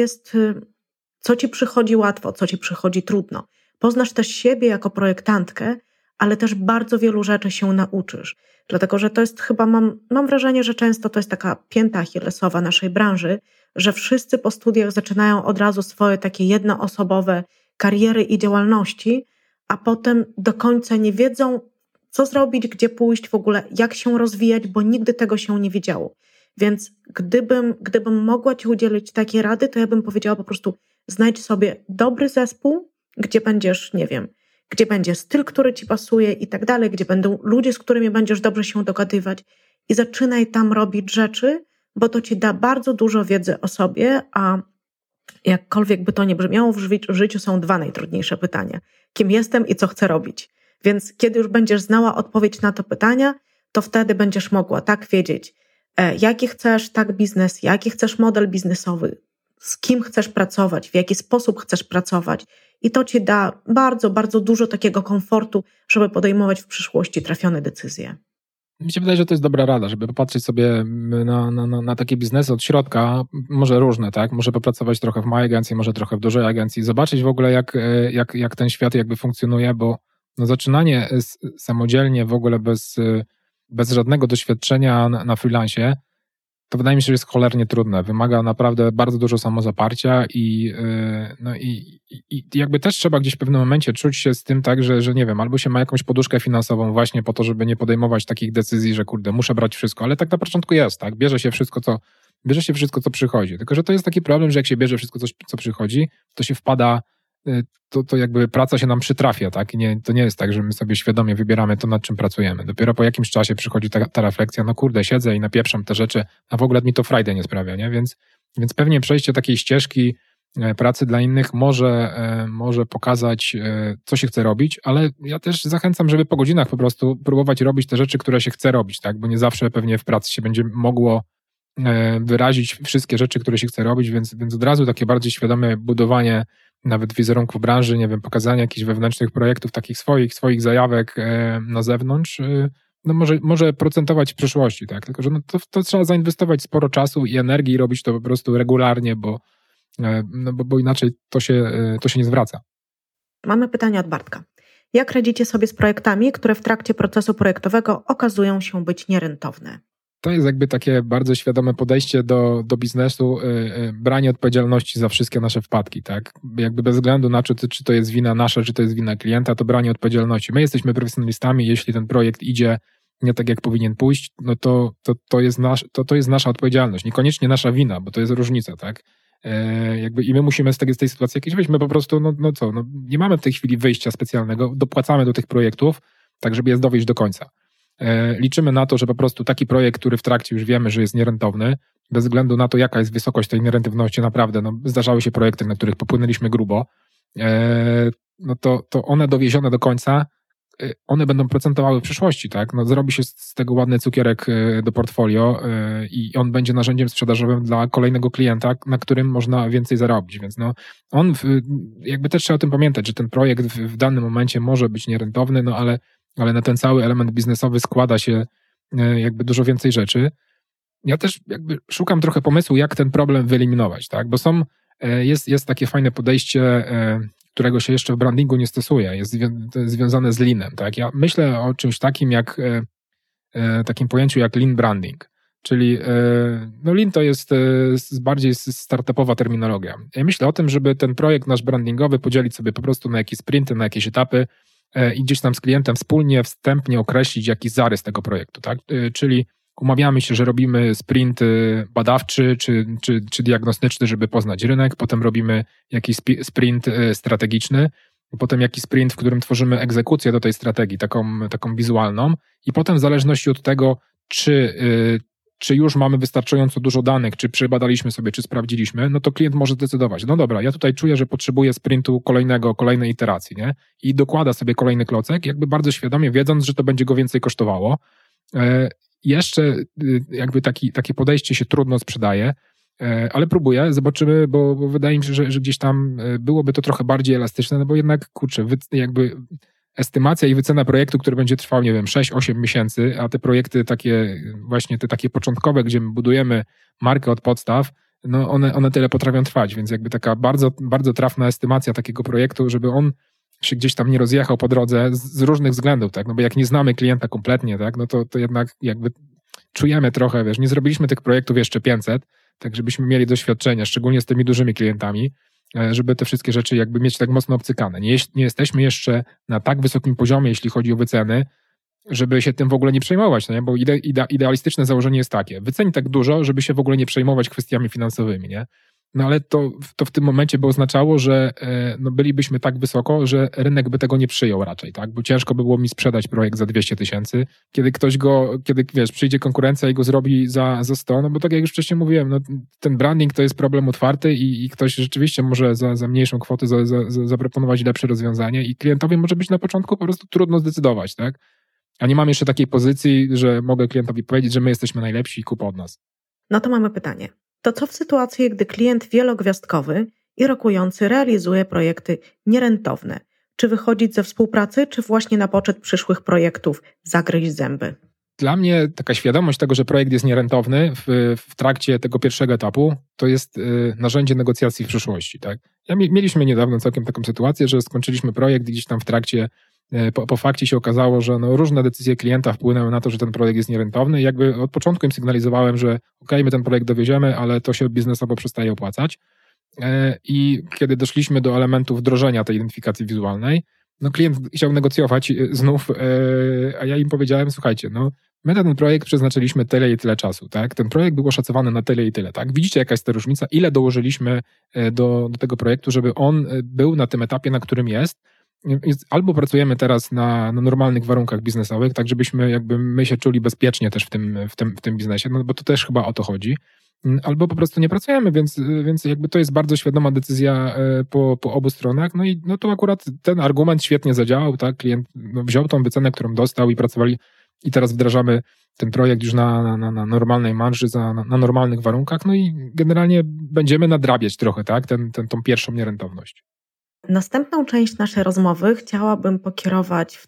co ci przychodzi łatwo, co ci przychodzi trudno. Poznasz też siebie jako projektantkę, ale też bardzo wielu rzeczy się nauczysz. Dlatego, że to jest chyba, mam wrażenie, że często to jest taka pięta achillesowa naszej branży, że wszyscy po studiach zaczynają od razu swoje takie jednoosobowe kariery i działalności, a potem do końca nie wiedzą, co zrobić, gdzie pójść w ogóle, jak się rozwijać, bo nigdy tego się nie wiedziało. Więc gdybym mogła ci udzielić takiej rady, to ja bym powiedziała po prostu znajdź sobie dobry zespół, gdzie będziesz, nie wiem, gdzie będzie styl, który ci pasuje i tak dalej, gdzie będą ludzie, z którymi będziesz dobrze się dogadywać i zaczynaj tam robić rzeczy, bo to ci da bardzo dużo wiedzy o sobie, a jakkolwiek by to nie brzmiało, w życiu są 2 najtrudniejsze pytania. Kim jestem i co chcę robić? Więc kiedy już będziesz znała odpowiedź na to pytania, to wtedy będziesz mogła tak wiedzieć, jaki chcesz biznes, jaki chcesz model biznesowy, z kim chcesz pracować, w jaki sposób chcesz pracować. I to ci da bardzo, bardzo dużo takiego komfortu, żeby podejmować w przyszłości trafione decyzje. Mi się wydaje, że to jest dobra rada, żeby popatrzeć sobie na takie biznesy od środka, może różne, tak? Może popracować trochę w małej agencji, może trochę w dużej agencji, zobaczyć w ogóle jak ten świat jakby funkcjonuje, bo zaczynanie samodzielnie w ogóle bez żadnego doświadczenia na freelancie, to wydaje mi się, że jest cholernie trudne. Wymaga naprawdę bardzo dużo samozaparcia i jakby też trzeba gdzieś w pewnym momencie czuć się z tym tak, że nie wiem, albo się ma jakąś poduszkę finansową właśnie po to, żeby nie podejmować takich decyzji, że kurde, muszę brać wszystko, ale tak na początku jest, tak? Bierze się wszystko, co przychodzi. Tylko że to jest taki problem, że jak się bierze wszystko, co przychodzi, to się wpada, to jakby praca się nam przytrafia, tak? I to nie jest tak, że my sobie świadomie wybieramy to, nad czym pracujemy. Dopiero po jakimś czasie przychodzi ta refleksja, no kurde, siedzę i napieprzam te rzeczy, a w ogóle mi to frajdę nie sprawia, nie? Więc pewnie przejście takiej ścieżki pracy dla innych może pokazać, co się chce robić, ale ja też zachęcam, żeby po godzinach po prostu próbować robić te rzeczy, które się chce robić, tak? Bo nie zawsze pewnie w pracy się będzie mogło wyrazić wszystkie rzeczy, które się chce robić, więc od razu takie bardziej świadome budowanie nawet wizerunku branży, nie wiem, pokazanie jakichś wewnętrznych projektów, takich swoich zajawek na zewnątrz, no może procentować w przyszłości, tak? Tylko że to trzeba zainwestować sporo czasu i energii i robić to po prostu regularnie, bo inaczej to się nie zwraca. Mamy pytanie od Bartka. Jak radzicie sobie z projektami, które w trakcie procesu projektowego okazują się być nierentowne? To jest jakby takie bardzo świadome podejście do biznesu, branie odpowiedzialności za wszystkie nasze wpadki, tak? Jakby bez względu na to, czy to jest wina nasza, czy to jest wina klienta, to branie odpowiedzialności. My jesteśmy profesjonalistami, jeśli ten projekt idzie nie tak, jak powinien pójść, no to jest nasza odpowiedzialność. Niekoniecznie nasza wina, bo to jest różnica, tak? Jakby i my musimy z tej sytuacji jakieś wyjść. My po prostu, nie mamy w tej chwili wyjścia specjalnego, dopłacamy do tych projektów, tak żeby je dowieść do końca. Liczymy na to, że po prostu taki projekt, który w trakcie już wiemy, że jest nierentowny, bez względu na to, jaka jest wysokość tej nierentowności, naprawdę, zdarzały się projekty, na których popłynęliśmy grubo, to one dowiezione do końca, one będą procentowały w przyszłości, tak? Zrobi się z tego ładny cukierek do portfolio i on będzie narzędziem sprzedażowym dla kolejnego klienta, na którym można więcej zarobić, więc jakby też trzeba o tym pamiętać, że ten projekt w danym momencie może być nierentowny, ale na ten cały element biznesowy składa się jakby dużo więcej rzeczy. Ja też jakby szukam trochę pomysłu, jak ten problem wyeliminować, tak? Bo jest takie fajne podejście, którego się jeszcze w brandingu nie stosuje, jest związane z leanem, tak? Ja myślę o czymś takim takim pojęciu jak lean branding, czyli lean to jest bardziej startupowa terminologia. Ja myślę o tym, żeby ten projekt nasz brandingowy podzielić sobie po prostu na jakieś sprinty, na jakieś etapy, i gdzieś tam z klientem wspólnie, wstępnie określić jakiś zarys tego projektu, tak? Czyli umawiamy się, że robimy sprint badawczy czy diagnostyczny, żeby poznać rynek, potem robimy jakiś sprint strategiczny, potem jakiś sprint, w którym tworzymy egzekucję do tej strategii, taką wizualną i potem w zależności od tego, czy czy już mamy wystarczająco dużo danych, czy przebadaliśmy sobie, czy sprawdziliśmy, no to klient może zdecydować, no dobra, ja tutaj czuję, że potrzebuję sprintu kolejnej iteracji, nie? I dokłada sobie kolejny klocek, jakby bardzo świadomie wiedząc, że to będzie go więcej kosztowało. Jeszcze jakby takie podejście się trudno sprzedaje, ale próbuję, zobaczymy, bo wydaje mi się, że gdzieś tam byłoby to trochę bardziej elastyczne, no bo jednak, kurczę, jakby estymacja i wycena projektu, który będzie trwał, nie wiem, 6-8 miesięcy, a te projekty takie, właśnie te takie początkowe, gdzie my budujemy markę od podstaw, no one tyle potrafią trwać, więc jakby taka bardzo, bardzo trafna estymacja takiego projektu, żeby on się gdzieś tam nie rozjechał po drodze z różnych względów, tak, no bo jak nie znamy klienta kompletnie, tak, no to jednak jakby czujemy trochę, wiesz, nie zrobiliśmy tych projektów jeszcze 500, tak żebyśmy mieli doświadczenia, szczególnie z tymi dużymi klientami, żeby te wszystkie rzeczy jakby mieć tak mocno obcykane. Nie jesteśmy jeszcze na tak wysokim poziomie, jeśli chodzi o wyceny, żeby się tym w ogóle nie przejmować, no nie? Bo idealistyczne założenie jest takie, wyceń tak dużo, żeby się w ogóle nie przejmować kwestiami finansowymi, nie? No ale to w tym momencie by oznaczało, że no bylibyśmy tak wysoko, że rynek by tego nie przyjął raczej, tak? Bo ciężko by było mi sprzedać projekt za 200 000, kiedy wiesz, przyjdzie konkurencja i go zrobi za 100, no bo tak jak już wcześniej mówiłem, no ten branding to jest problem otwarty i ktoś rzeczywiście może za mniejszą kwotę zaproponować lepsze rozwiązanie i klientowi może być na początku po prostu trudno zdecydować, tak? A nie mam jeszcze takiej pozycji, że mogę klientowi powiedzieć, że my jesteśmy najlepsi i kup od nas. No to mamy pytanie. To co w sytuacji, gdy klient wielogwiazdkowy i rokujący realizuje projekty nierentowne? Czy wychodzić ze współpracy, czy właśnie na poczet przyszłych projektów zagryźć zęby? Dla mnie taka świadomość tego, że projekt jest nierentowny w trakcie tego pierwszego etapu, to jest narzędzie negocjacji w przyszłości. Tak? Mieliśmy niedawno całkiem taką sytuację, że skończyliśmy projekt i gdzieś tam w trakcie, po fakcie się okazało, że no różne decyzje klienta wpłynęły na to, że ten projekt jest nierentowny. I jakby od początku im sygnalizowałem, że okej, my ten projekt dowieziemy, ale to się biznesowo przestaje opłacać. I kiedy doszliśmy do elementu wdrożenia tej identyfikacji wizualnej, no klient chciał negocjować znów, a ja im powiedziałem, słuchajcie, no my na ten projekt przeznaczyliśmy tyle i tyle czasu, tak? Ten projekt był oszacowany na tyle i tyle, tak? Widzicie, jaka jest ta różnica? Ile dołożyliśmy do tego projektu, żeby on był na tym etapie, na którym jest? Albo pracujemy teraz na normalnych warunkach biznesowych, tak żebyśmy jakby my się czuli bezpiecznie też w tym biznesie, no bo to też chyba o to chodzi. Albo po prostu nie pracujemy, więc jakby to jest bardzo świadoma decyzja po obu stronach. No i no to akurat ten argument świetnie zadziałał, tak? Klient wziął tą wycenę, którą dostał i pracowali i teraz wdrażamy ten projekt już na normalnej marży, na normalnych warunkach, no i generalnie będziemy nadrabiać trochę, tak? Tą pierwszą nierentowność. Następną część naszej rozmowy chciałabym pokierować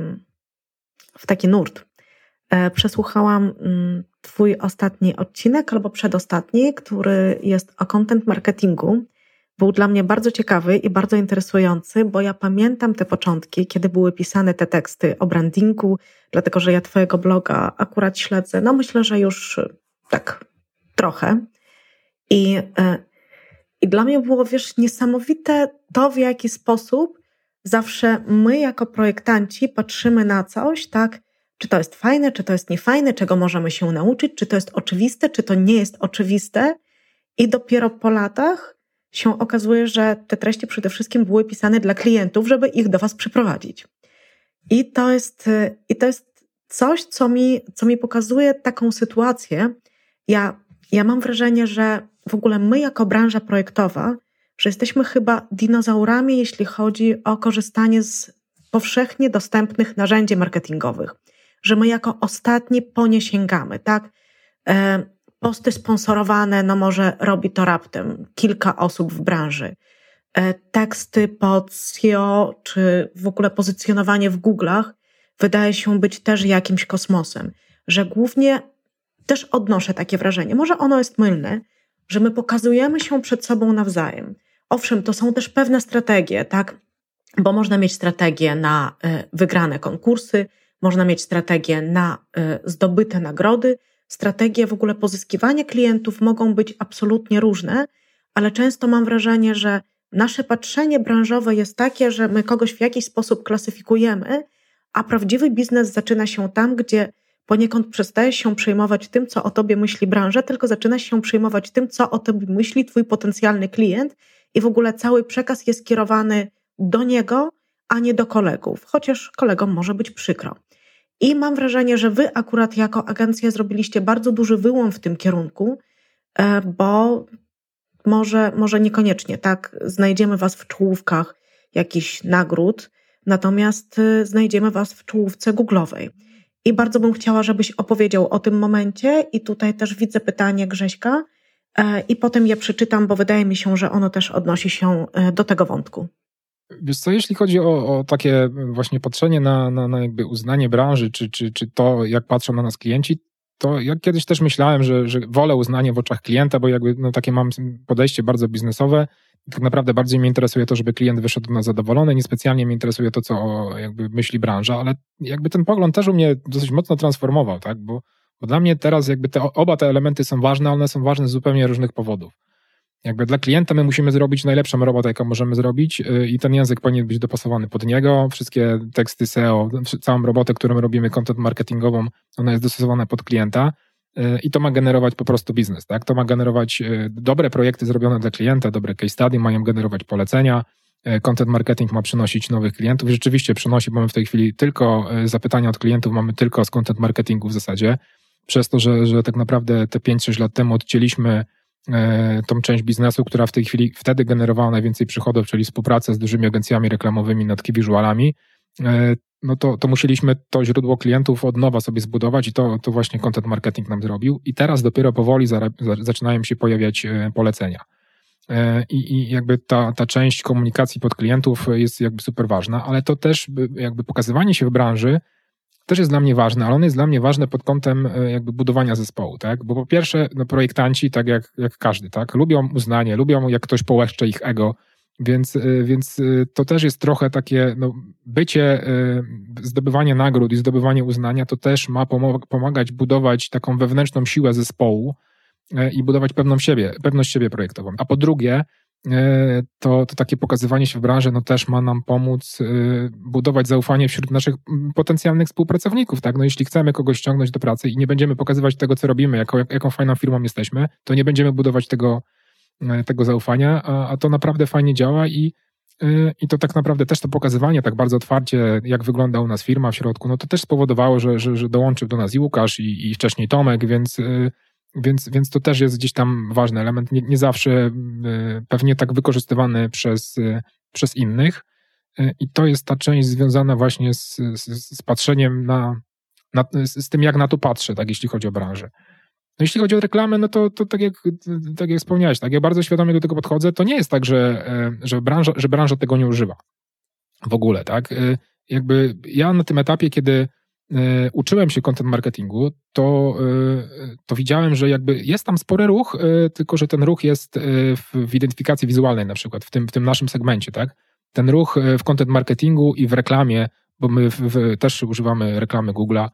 w taki nurt. Przesłuchałam Twój ostatni odcinek albo przedostatni, który jest o content marketingu. Był dla mnie bardzo ciekawy i bardzo interesujący, bo ja pamiętam te początki, kiedy były pisane te teksty o brandingu, dlatego że ja Twojego bloga akurat śledzę, no myślę, że już tak trochę. I dla mnie było, wiesz, niesamowite to, w jaki sposób zawsze my jako projektanci patrzymy na coś, tak, czy to jest fajne, czy to jest niefajne, czego możemy się nauczyć, czy to jest oczywiste, czy to nie jest oczywiste. I dopiero po latach się okazuje, że te treści przede wszystkim były pisane dla klientów, żeby ich do Was przyprowadzić. I to jest coś, co mi pokazuje taką sytuację. Ja mam wrażenie, że w ogóle my jako branża projektowa, że jesteśmy chyba dinozaurami, jeśli chodzi o korzystanie z powszechnie dostępnych narzędzi marketingowych. Że my jako ostatni po nie sięgamy, tak? Posty sponsorowane, no może robi to raptem kilka osób w branży. Teksty pod SEO, czy w ogóle pozycjonowanie w Google'ach wydaje się być też jakimś kosmosem. Że głównie też odnoszę takie wrażenie, może ono jest mylne, że my pokazujemy się przed sobą nawzajem. Owszem, to są też pewne strategie, tak? Bo można mieć strategię na wygrane konkursy, można mieć strategię na zdobyte nagrody, strategie w ogóle pozyskiwania klientów mogą być absolutnie różne, ale często mam wrażenie, że nasze patrzenie branżowe jest takie, że my kogoś w jakiś sposób klasyfikujemy, a prawdziwy biznes zaczyna się tam, gdzie poniekąd przestajesz się przejmować tym, co o tobie myśli branża, tylko zaczynasz się przejmować tym, co o tobie myśli twój potencjalny klient i w ogóle cały przekaz jest kierowany do niego, a nie do kolegów, chociaż kolegom może być przykro. I mam wrażenie, że wy akurat jako agencja zrobiliście bardzo duży wyłom w tym kierunku, bo może niekoniecznie, tak, znajdziemy was w czołówkach jakichś nagród, natomiast znajdziemy was w czołówce Google'owej. I bardzo bym chciała, żebyś opowiedział o tym momencie i tutaj też widzę pytanie Grześka i potem je przeczytam, bo wydaje mi się, że ono też odnosi się do tego wątku. Wiesz co, jeśli chodzi o takie właśnie patrzenie na jakby uznanie branży, czy to, jak patrzą na nas klienci, to ja kiedyś też myślałem, że wolę uznanie w oczach klienta, bo jakby takie mam podejście bardzo biznesowe. Tak naprawdę bardziej mnie interesuje to, żeby klient wyszedł do nas zadowolony, niespecjalnie mnie interesuje to, co jakby myśli branża, ale jakby ten pogląd też u mnie dosyć mocno transformował, tak? Bo dla mnie teraz jakby oba te elementy są ważne, ale one są ważne z zupełnie różnych powodów. Jakby dla klienta my musimy zrobić najlepszą robotę, jaką możemy zrobić i ten język powinien być dopasowany pod niego. Wszystkie teksty SEO, całą robotę, którą robimy, content marketingową, ona jest dostosowana pod klienta i to ma generować po prostu biznes, tak? To ma generować dobre projekty zrobione dla klienta, dobre case study, mają generować polecenia, content marketing ma przynosić nowych klientów. Rzeczywiście przynosi, bo my w tej chwili tylko zapytania od klientów mamy tylko z content marketingu w zasadzie, przez to, że tak naprawdę te 5-6 lat temu odcięliśmy tą część biznesu, która w tej chwili wtedy generowała najwięcej przychodów, czyli współpracę z dużymi agencjami reklamowymi nad key visualami, no to musieliśmy to źródło klientów od nowa sobie zbudować i to właśnie content marketing nam zrobił i teraz dopiero powoli zaczynają się pojawiać polecenia. I jakby ta część komunikacji pod klientów jest jakby super ważna, ale to też jakby pokazywanie się w branży też jest dla mnie ważne, ale ono jest dla mnie ważne pod kątem jakby budowania zespołu, tak? Bo po pierwsze, projektanci, tak jak każdy, tak? Lubią uznanie, lubią jak ktoś połaszcze ich ego, więc to też jest trochę takie, bycie, zdobywanie nagród i zdobywanie uznania, to też ma pomagać budować taką wewnętrzną siłę zespołu i budować pewność siebie projektową. A po drugie, to takie pokazywanie się w branży też ma nam pomóc budować zaufanie wśród naszych potencjalnych współpracowników. Tak? Jeśli chcemy kogoś ściągnąć do pracy i nie będziemy pokazywać tego, co robimy, jaką fajną firmą jesteśmy, to nie będziemy budować tego zaufania, a to naprawdę fajnie działa i to tak naprawdę też to pokazywanie tak bardzo otwarcie, jak wygląda u nas firma w środku, to też spowodowało, że dołączył do nas i Łukasz i wcześniej Tomek, więc to też jest gdzieś tam ważny element, nie zawsze pewnie tak wykorzystywany przez innych i to jest ta część związana właśnie z patrzeniem z tym, jak na to patrzę, tak, jeśli chodzi o branżę. Jeśli chodzi o reklamę, to tak jak wspomniałeś, tak, ja bardzo świadomie do tego podchodzę, to nie jest tak, że branża tego nie używa w ogóle, tak. Jakby ja na tym etapie, kiedy uczyłem się content marketingu, to widziałem, że jakby jest tam spory ruch, tylko że ten ruch jest w identyfikacji wizualnej na przykład, w tym naszym segmencie, tak? Ten ruch w content marketingu i w reklamie, bo my też używamy reklamy Google'a,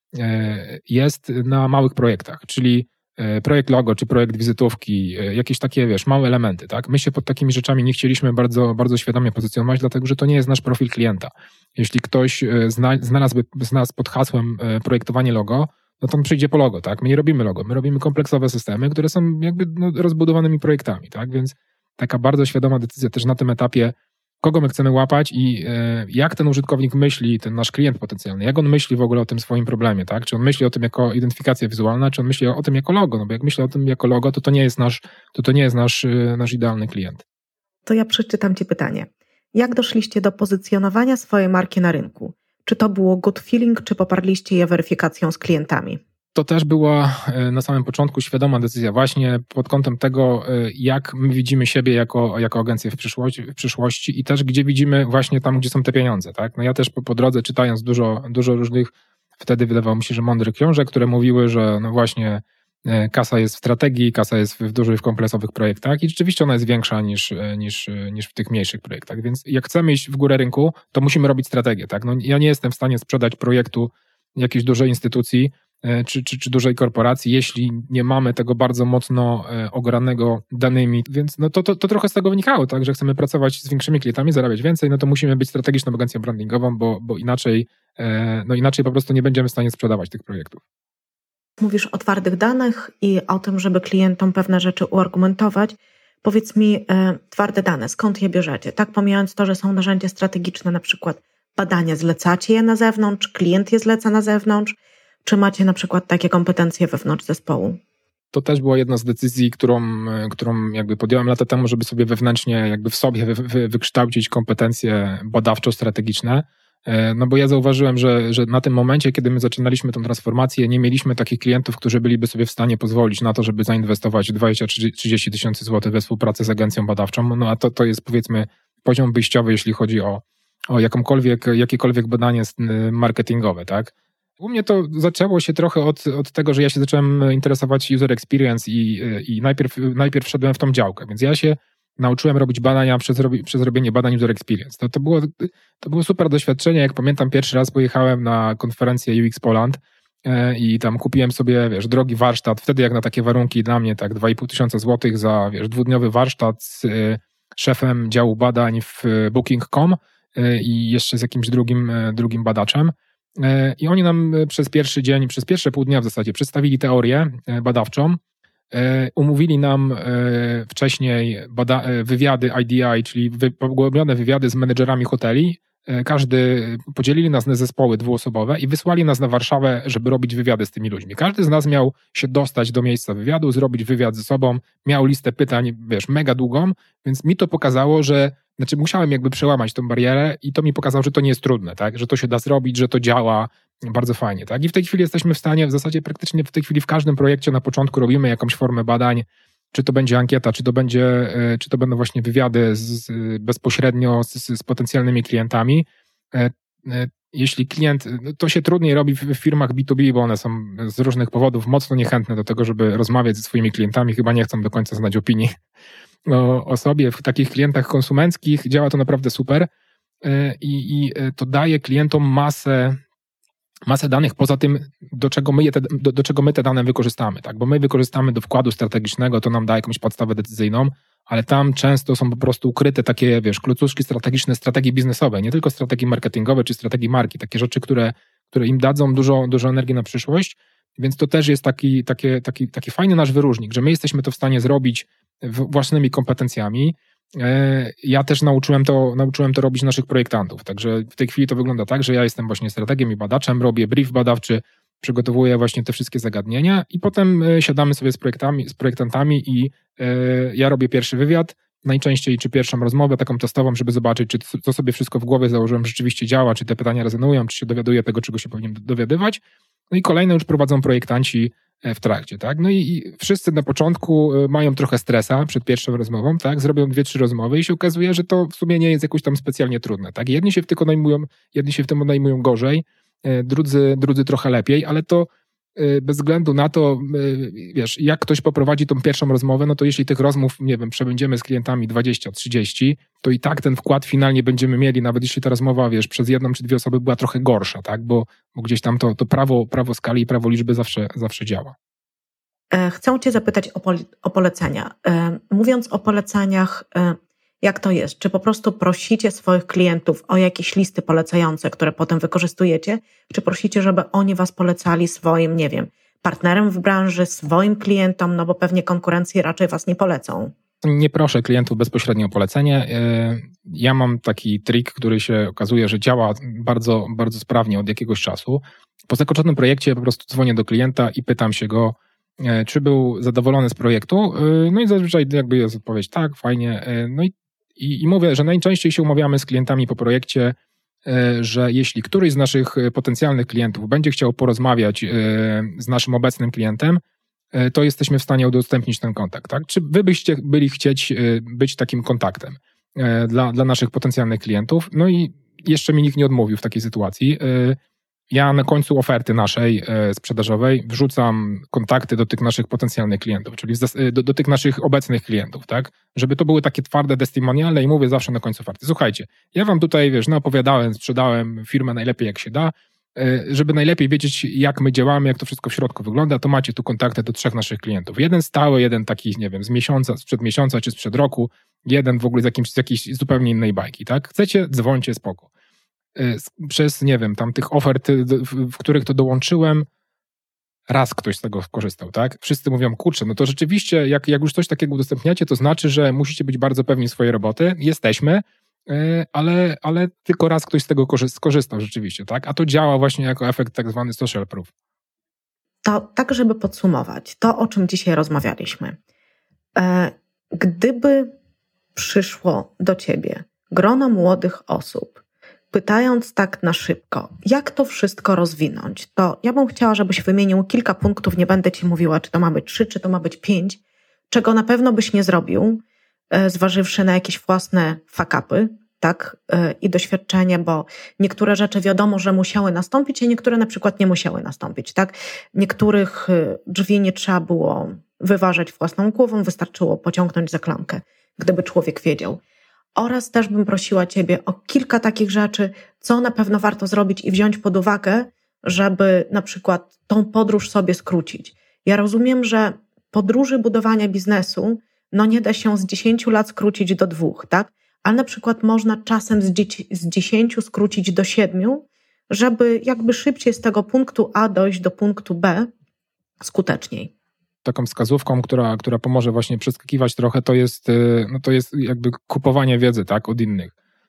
jest na małych projektach, czyli projekt logo, czy projekt wizytówki, jakieś takie, małe elementy, tak? My się pod takimi rzeczami nie chcieliśmy bardzo, bardzo świadomie pozycjonować, dlatego, że to nie jest nasz profil klienta. Jeśli ktoś znalazłby z nas pod hasłem projektowanie logo, to on przyjdzie po logo, tak? My nie robimy logo, my robimy kompleksowe systemy, które są jakby rozbudowanymi projektami, tak? Więc taka bardzo świadoma decyzja też na tym etapie, kogo my chcemy łapać i jak ten użytkownik myśli, ten nasz klient potencjalny, jak on myśli w ogóle o tym swoim problemie, tak? Czy on myśli o tym jako identyfikacja wizualna, czy on myśli o tym jako logo, bo jak myśli o tym jako logo, to nie jest nasz idealny klient. To ja przeczytam Ci pytanie. Jak doszliście do pozycjonowania swojej marki na rynku? Czy to było gut feeling, czy poparliście je weryfikacją z klientami? To też była na samym początku świadoma decyzja właśnie pod kątem tego, jak my widzimy siebie jako agencję w przyszłości i też gdzie widzimy właśnie tam, gdzie są te pieniądze. Tak? Ja też po drodze czytając dużo różnych, wtedy wydawało mi się, że mądrych książek, które mówiły, że właśnie kasa jest w strategii, kasa jest w dużych, kompleksowych projektach i rzeczywiście ona jest większa niż w tych mniejszych projektach. Więc jak chcemy iść w górę rynku, to musimy robić strategię. Tak? Ja nie jestem w stanie sprzedać projektu jakiejś dużej instytucji, czy dużej korporacji, jeśli nie mamy tego bardzo mocno ogranego danymi, więc to trochę z tego wynikało, tak, że chcemy pracować z większymi klientami, zarabiać więcej, to musimy być strategiczną agencją brandingową, bo inaczej po prostu nie będziemy w stanie sprzedawać tych projektów. Mówisz o twardych danych i o tym, żeby klientom pewne rzeczy uargumentować. Powiedz mi, twarde dane, skąd je bierzecie? Tak, pomijając to, że są narzędzia strategiczne, na przykład badania zlecacie je na zewnątrz, klient je zleca na zewnątrz, czy macie na przykład takie kompetencje wewnątrz zespołu? To też była jedna z decyzji, którą jakby podjąłem lata temu, żeby sobie wewnętrznie jakby w sobie wykształcić kompetencje badawczo-strategiczne. No bo ja zauważyłem, że na tym momencie, kiedy my zaczynaliśmy tą transformację, nie mieliśmy takich klientów, którzy byliby sobie w stanie pozwolić na to, żeby zainwestować 20-30 tysięcy złotych we współpracę z agencją badawczą. No a to jest, powiedzmy, poziom wyjściowy, jeśli chodzi o jakiekolwiek badanie marketingowe, tak? U mnie to zaczęło się trochę od tego, że ja się zacząłem interesować user experience i najpierw wszedłem w tą działkę, więc ja się nauczyłem robić badania przez robienie badań user experience. To było super doświadczenie. Jak pamiętam, pierwszy raz pojechałem na konferencję UX Poland i tam kupiłem sobie, drogi warsztat. Wtedy jak na takie warunki dla mnie, tak 2,5 tysiąca złotych za, dwudniowy warsztat z szefem działu badań w Booking.com i jeszcze z jakimś drugim badaczem. I oni nam przez pierwszy dzień, przez pierwsze pół dnia w zasadzie przedstawili teorię badawczą, umówili nam wcześniej wywiady IDI, czyli pogłębione wywiady z menedżerami hoteli. Podzielili nas na zespoły dwuosobowe i wysłali nas na Warszawę, żeby robić wywiady z tymi ludźmi. Każdy z nas miał się dostać do miejsca wywiadu, zrobić wywiad ze sobą, miał listę pytań, mega długą, więc mi to pokazało, musiałem jakby przełamać tą barierę i to mi pokazało, że to nie jest trudne, tak? Że to się da zrobić, że to działa bardzo fajnie, tak? I w tej chwili jesteśmy w stanie, w zasadzie praktycznie w tej chwili w każdym projekcie na początku robimy jakąś formę badań, czy to będzie ankieta, czy to będą właśnie wywiady bezpośrednio z potencjalnymi klientami. Jeśli klient, to się trudniej robi w firmach B2B, bo one są z różnych powodów mocno niechętne do tego, żeby rozmawiać ze swoimi klientami, chyba nie chcą do końca znać opinii o sobie. W takich klientach konsumenckich działa to naprawdę super i to daje klientom masę danych poza tym, do czego my te dane wykorzystamy, tak? Bo my wykorzystamy do wkładu strategicznego, to nam da jakąś podstawę decyzyjną, ale tam często są po prostu ukryte takie, klocuszki strategiczne, strategii biznesowe, nie tylko strategii marketingowe czy strategii marki, takie rzeczy, które im dadzą dużo energii na przyszłość, więc to też jest taki fajny nasz wyróżnik, że my jesteśmy to w stanie zrobić własnymi kompetencjami. Ja też nauczyłem to robić naszych projektantów, także w tej chwili to wygląda tak, że ja jestem właśnie strategiem i badaczem, robię brief badawczy, przygotowuję właśnie te wszystkie zagadnienia i potem siadamy sobie z projektantami i ja robię pierwszy wywiad, najczęściej czy pierwszą rozmowę taką testową, żeby zobaczyć, czy to sobie wszystko w głowie założyłem rzeczywiście działa, czy te pytania rezonują, czy się dowiaduję tego, czego się powinien dowiadywać. No i kolejne już prowadzą projektanci w trakcie, tak? No i wszyscy na początku mają trochę stresa przed pierwszą rozmową, tak? Zrobią 2-3 rozmowy i się okazuje, że to w sumie nie jest jakoś tam specjalnie trudne, tak? Jedni się w tym odnajmują gorzej, drudzy trochę lepiej, ale to bez względu na to, jak ktoś poprowadzi tą pierwszą rozmowę, no to jeśli tych rozmów, przebędziemy z klientami 20-30, to i tak ten wkład finalnie będziemy mieli, nawet jeśli ta rozmowa, przez 1 czy 2 osoby była trochę gorsza, tak? Bo gdzieś tam to prawo skali i prawo liczby zawsze działa. Chcę Cię zapytać o polecenia. Mówiąc o poleceniach, jak to jest? Czy po prostu prosicie swoich klientów o jakieś listy polecające, które potem wykorzystujecie? Czy prosicie, żeby oni Was polecali swoim, partnerem w branży, swoim klientom, no bo pewnie konkurencji raczej Was nie polecą? Nie proszę klientów bezpośrednio o polecenie. Ja mam taki trik, który się okazuje, że działa bardzo, bardzo sprawnie od jakiegoś czasu. Po zakończonym projekcie po prostu dzwonię do klienta i pytam się go, czy był zadowolony z projektu. No i zazwyczaj jakby jest odpowiedź tak, fajnie. No i mówię, że najczęściej się umawiamy z klientami po projekcie, że jeśli któryś z naszych potencjalnych klientów będzie chciał porozmawiać z naszym obecnym klientem, to jesteśmy w stanie udostępnić ten kontakt. Tak? Czy wy byście byli chcieć być takim kontaktem dla naszych potencjalnych klientów? No i jeszcze mi nikt nie odmówił w takiej sytuacji. Ja na końcu oferty naszej sprzedażowej wrzucam kontakty do tych naszych potencjalnych klientów, czyli do tych naszych obecnych klientów, tak? Żeby to były takie twarde testimoniale i mówię zawsze na końcu oferty. Słuchajcie, ja wam tutaj, opowiadałem, sprzedałem firmę najlepiej jak się da, żeby najlepiej wiedzieć, jak my działamy, jak to wszystko w środku wygląda, to macie tu kontakty do 3 naszych klientów. Jeden stały, jeden taki, z miesiąca, sprzed miesiąca czy sprzed roku, jeden w ogóle z jakiejś zupełnie innej bajki, tak? Chcecie, dzwońcie, spoko. Przez, tam tych ofert, w których to dołączyłem, raz ktoś z tego skorzystał, tak? Wszyscy mówią, kurczę, no to rzeczywiście, jak już coś takiego udostępniacie, to znaczy, że musicie być bardzo pewni swojej roboty. Jesteśmy. ale tylko raz ktoś z tego skorzystał rzeczywiście, tak? A to działa właśnie jako efekt tak zwany social proof. To tak, żeby podsumować, to o czym dzisiaj rozmawialiśmy. Gdyby przyszło do ciebie grono młodych osób, pytając tak na szybko, jak to wszystko rozwinąć, to ja bym chciała, żebyś wymienił kilka punktów, nie będę ci mówiła, czy to ma być 3, czy to ma być 5, czego na pewno byś nie zrobił, zważywszy na jakieś własne fuck-upy, tak, i doświadczenie, bo niektóre rzeczy wiadomo, że musiały nastąpić, a niektóre na przykład nie musiały nastąpić, tak. Niektórych drzwi nie trzeba było wyważać własną głową, wystarczyło pociągnąć za klamkę, gdyby człowiek wiedział. Oraz też bym prosiła ciebie o kilka takich rzeczy, co na pewno warto zrobić i wziąć pod uwagę, żeby na przykład tą podróż sobie skrócić. Ja rozumiem, że podróży budowania biznesu, nie da się z 10 lat skrócić do 2, tak? Ale na przykład można czasem z 10 skrócić do 7, żeby jakby szybciej z tego punktu A dojść do punktu B skuteczniej. Taką wskazówką, która pomoże właśnie przeskakiwać trochę, to jest jakby kupowanie wiedzy, tak, od innych.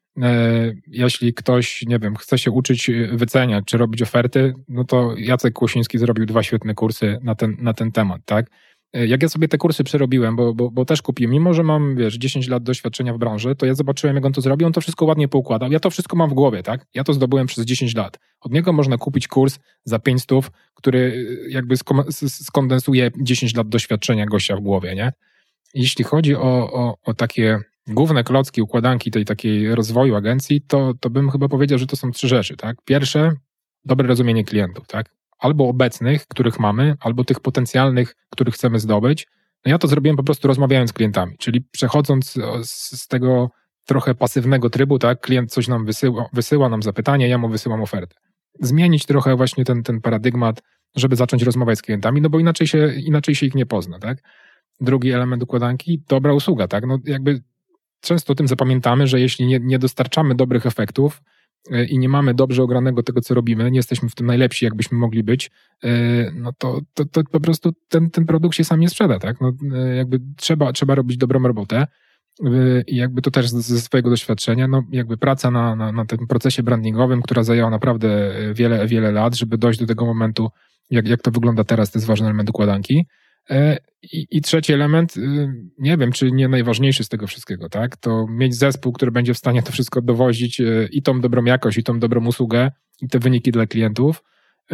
Jeśli ktoś, nie wiem, chce się uczyć wyceniać, czy robić oferty, to Jacek Kłosiński zrobił 2 świetne kursy na ten temat, tak. Jak ja sobie te kursy przerobiłem, bo też kupiłem, mimo że mam, 10 lat doświadczenia w branży, to ja zobaczyłem, jak on to zrobił, on to wszystko ładnie poukładał. Ja to wszystko mam w głowie, tak? Ja to zdobyłem przez 10 lat. Od niego można kupić kurs za 500, który jakby skondensuje 10 lat doświadczenia gościa w głowie, nie? Jeśli chodzi o takie główne klocki, układanki tej takiej rozwoju agencji, to bym chyba powiedział, że to są 3 rzeczy, tak? Pierwsze, dobre rozumienie klientów, tak? Albo obecnych, których mamy, albo tych potencjalnych, których chcemy zdobyć. Ja to zrobiłem po prostu rozmawiając z klientami, czyli przechodząc z tego trochę pasywnego trybu, tak, klient coś nam wysyła nam zapytanie, ja mu wysyłam ofertę. Zmienić trochę właśnie ten paradygmat, żeby zacząć rozmawiać z klientami, bo inaczej się ich nie pozna, tak. Drugi element układanki, dobra usługa, tak, jakby często o tym zapamiętamy, że jeśli nie dostarczamy dobrych efektów, i nie mamy dobrze ogranego tego, co robimy, nie jesteśmy w tym najlepsi, jakbyśmy mogli być, to po prostu ten produkt się sam nie sprzeda, tak? Jakby trzeba robić dobrą robotę i jakby to też ze swojego doświadczenia, jakby praca na tym procesie brandingowym, która zajęła naprawdę wiele lat, żeby dojść do tego momentu, jak to wygląda teraz, to jest ważny element układanki. I trzeci element, nie wiem, czy nie najważniejszy z tego wszystkiego, tak? To mieć zespół, który będzie w stanie to wszystko dowozić i tą dobrą jakość, i tą dobrą usługę, i te wyniki dla klientów.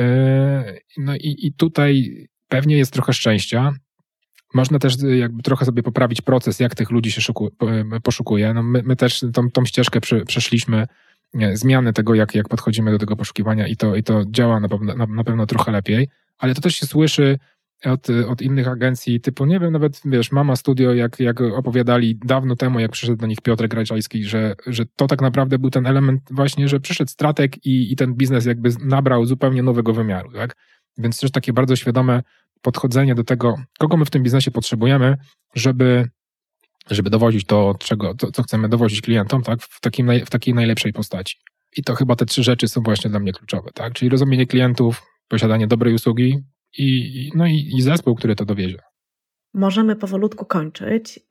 I tutaj pewnie jest trochę szczęścia. Można też jakby trochę sobie poprawić proces, jak tych ludzi się poszukuje. My też tą ścieżkę przeszliśmy, zmiany tego, jak podchodzimy do tego poszukiwania i to działa na pewno trochę lepiej, ale to też się słyszy od innych agencji, typu, nie wiem, nawet, Mama Studio, jak opowiadali dawno temu, jak przyszedł do nich Piotrek Rajczajski, że to tak naprawdę był ten element właśnie, że przyszedł strateg i ten biznes jakby nabrał zupełnie nowego wymiaru, tak? Więc też takie bardzo świadome podchodzenie do tego, kogo my w tym biznesie potrzebujemy, żeby dowozić to, co chcemy dowozić klientom, tak? W takiej najlepszej postaci. I to chyba te 3 rzeczy są właśnie dla mnie kluczowe, tak? Czyli rozumienie klientów, posiadanie dobrej usługi, i zespół, który to dowiezie. Możemy powolutku kończyć.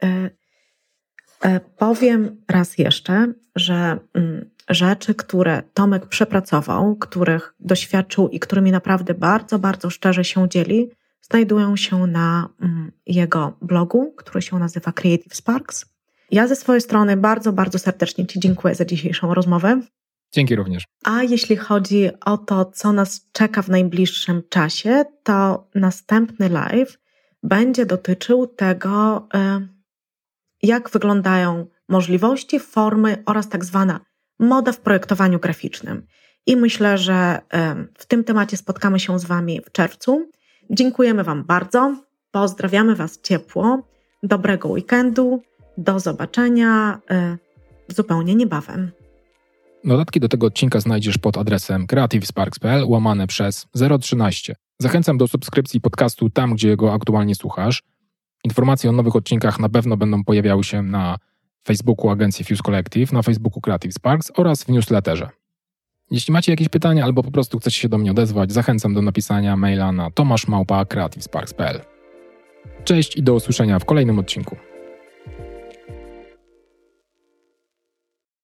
Powiem raz jeszcze, że rzeczy, które Tomek przepracował, których doświadczył i którymi naprawdę bardzo, bardzo szczerze się dzieli, znajdują się na jego blogu, który się nazywa Creative Sparks. Ja ze swojej strony bardzo, bardzo serdecznie Ci dziękuję za dzisiejszą rozmowę. Dzięki również. A jeśli chodzi o to, co nas czeka w najbliższym czasie, to następny live będzie dotyczył tego, jak wyglądają możliwości, formy oraz tak zwana moda w projektowaniu graficznym. I myślę, że w tym temacie spotkamy się z Wami w czerwcu. Dziękujemy Wam bardzo, pozdrawiamy Was ciepło, dobrego weekendu, do zobaczenia zupełnie niebawem. Notatki do tego odcinka znajdziesz pod adresem creativesparks.pl/013. Zachęcam do subskrypcji podcastu tam, gdzie go aktualnie słuchasz. Informacje o nowych odcinkach na pewno będą pojawiały się na Facebooku agencji Fuse Collective, na Facebooku Creative Sparks oraz w newsletterze. Jeśli macie jakieś pytania albo po prostu chcecie się do mnie odezwać, zachęcam do napisania maila na tomaszmałpa.creativesparks.pl. Cześć i do usłyszenia w kolejnym odcinku.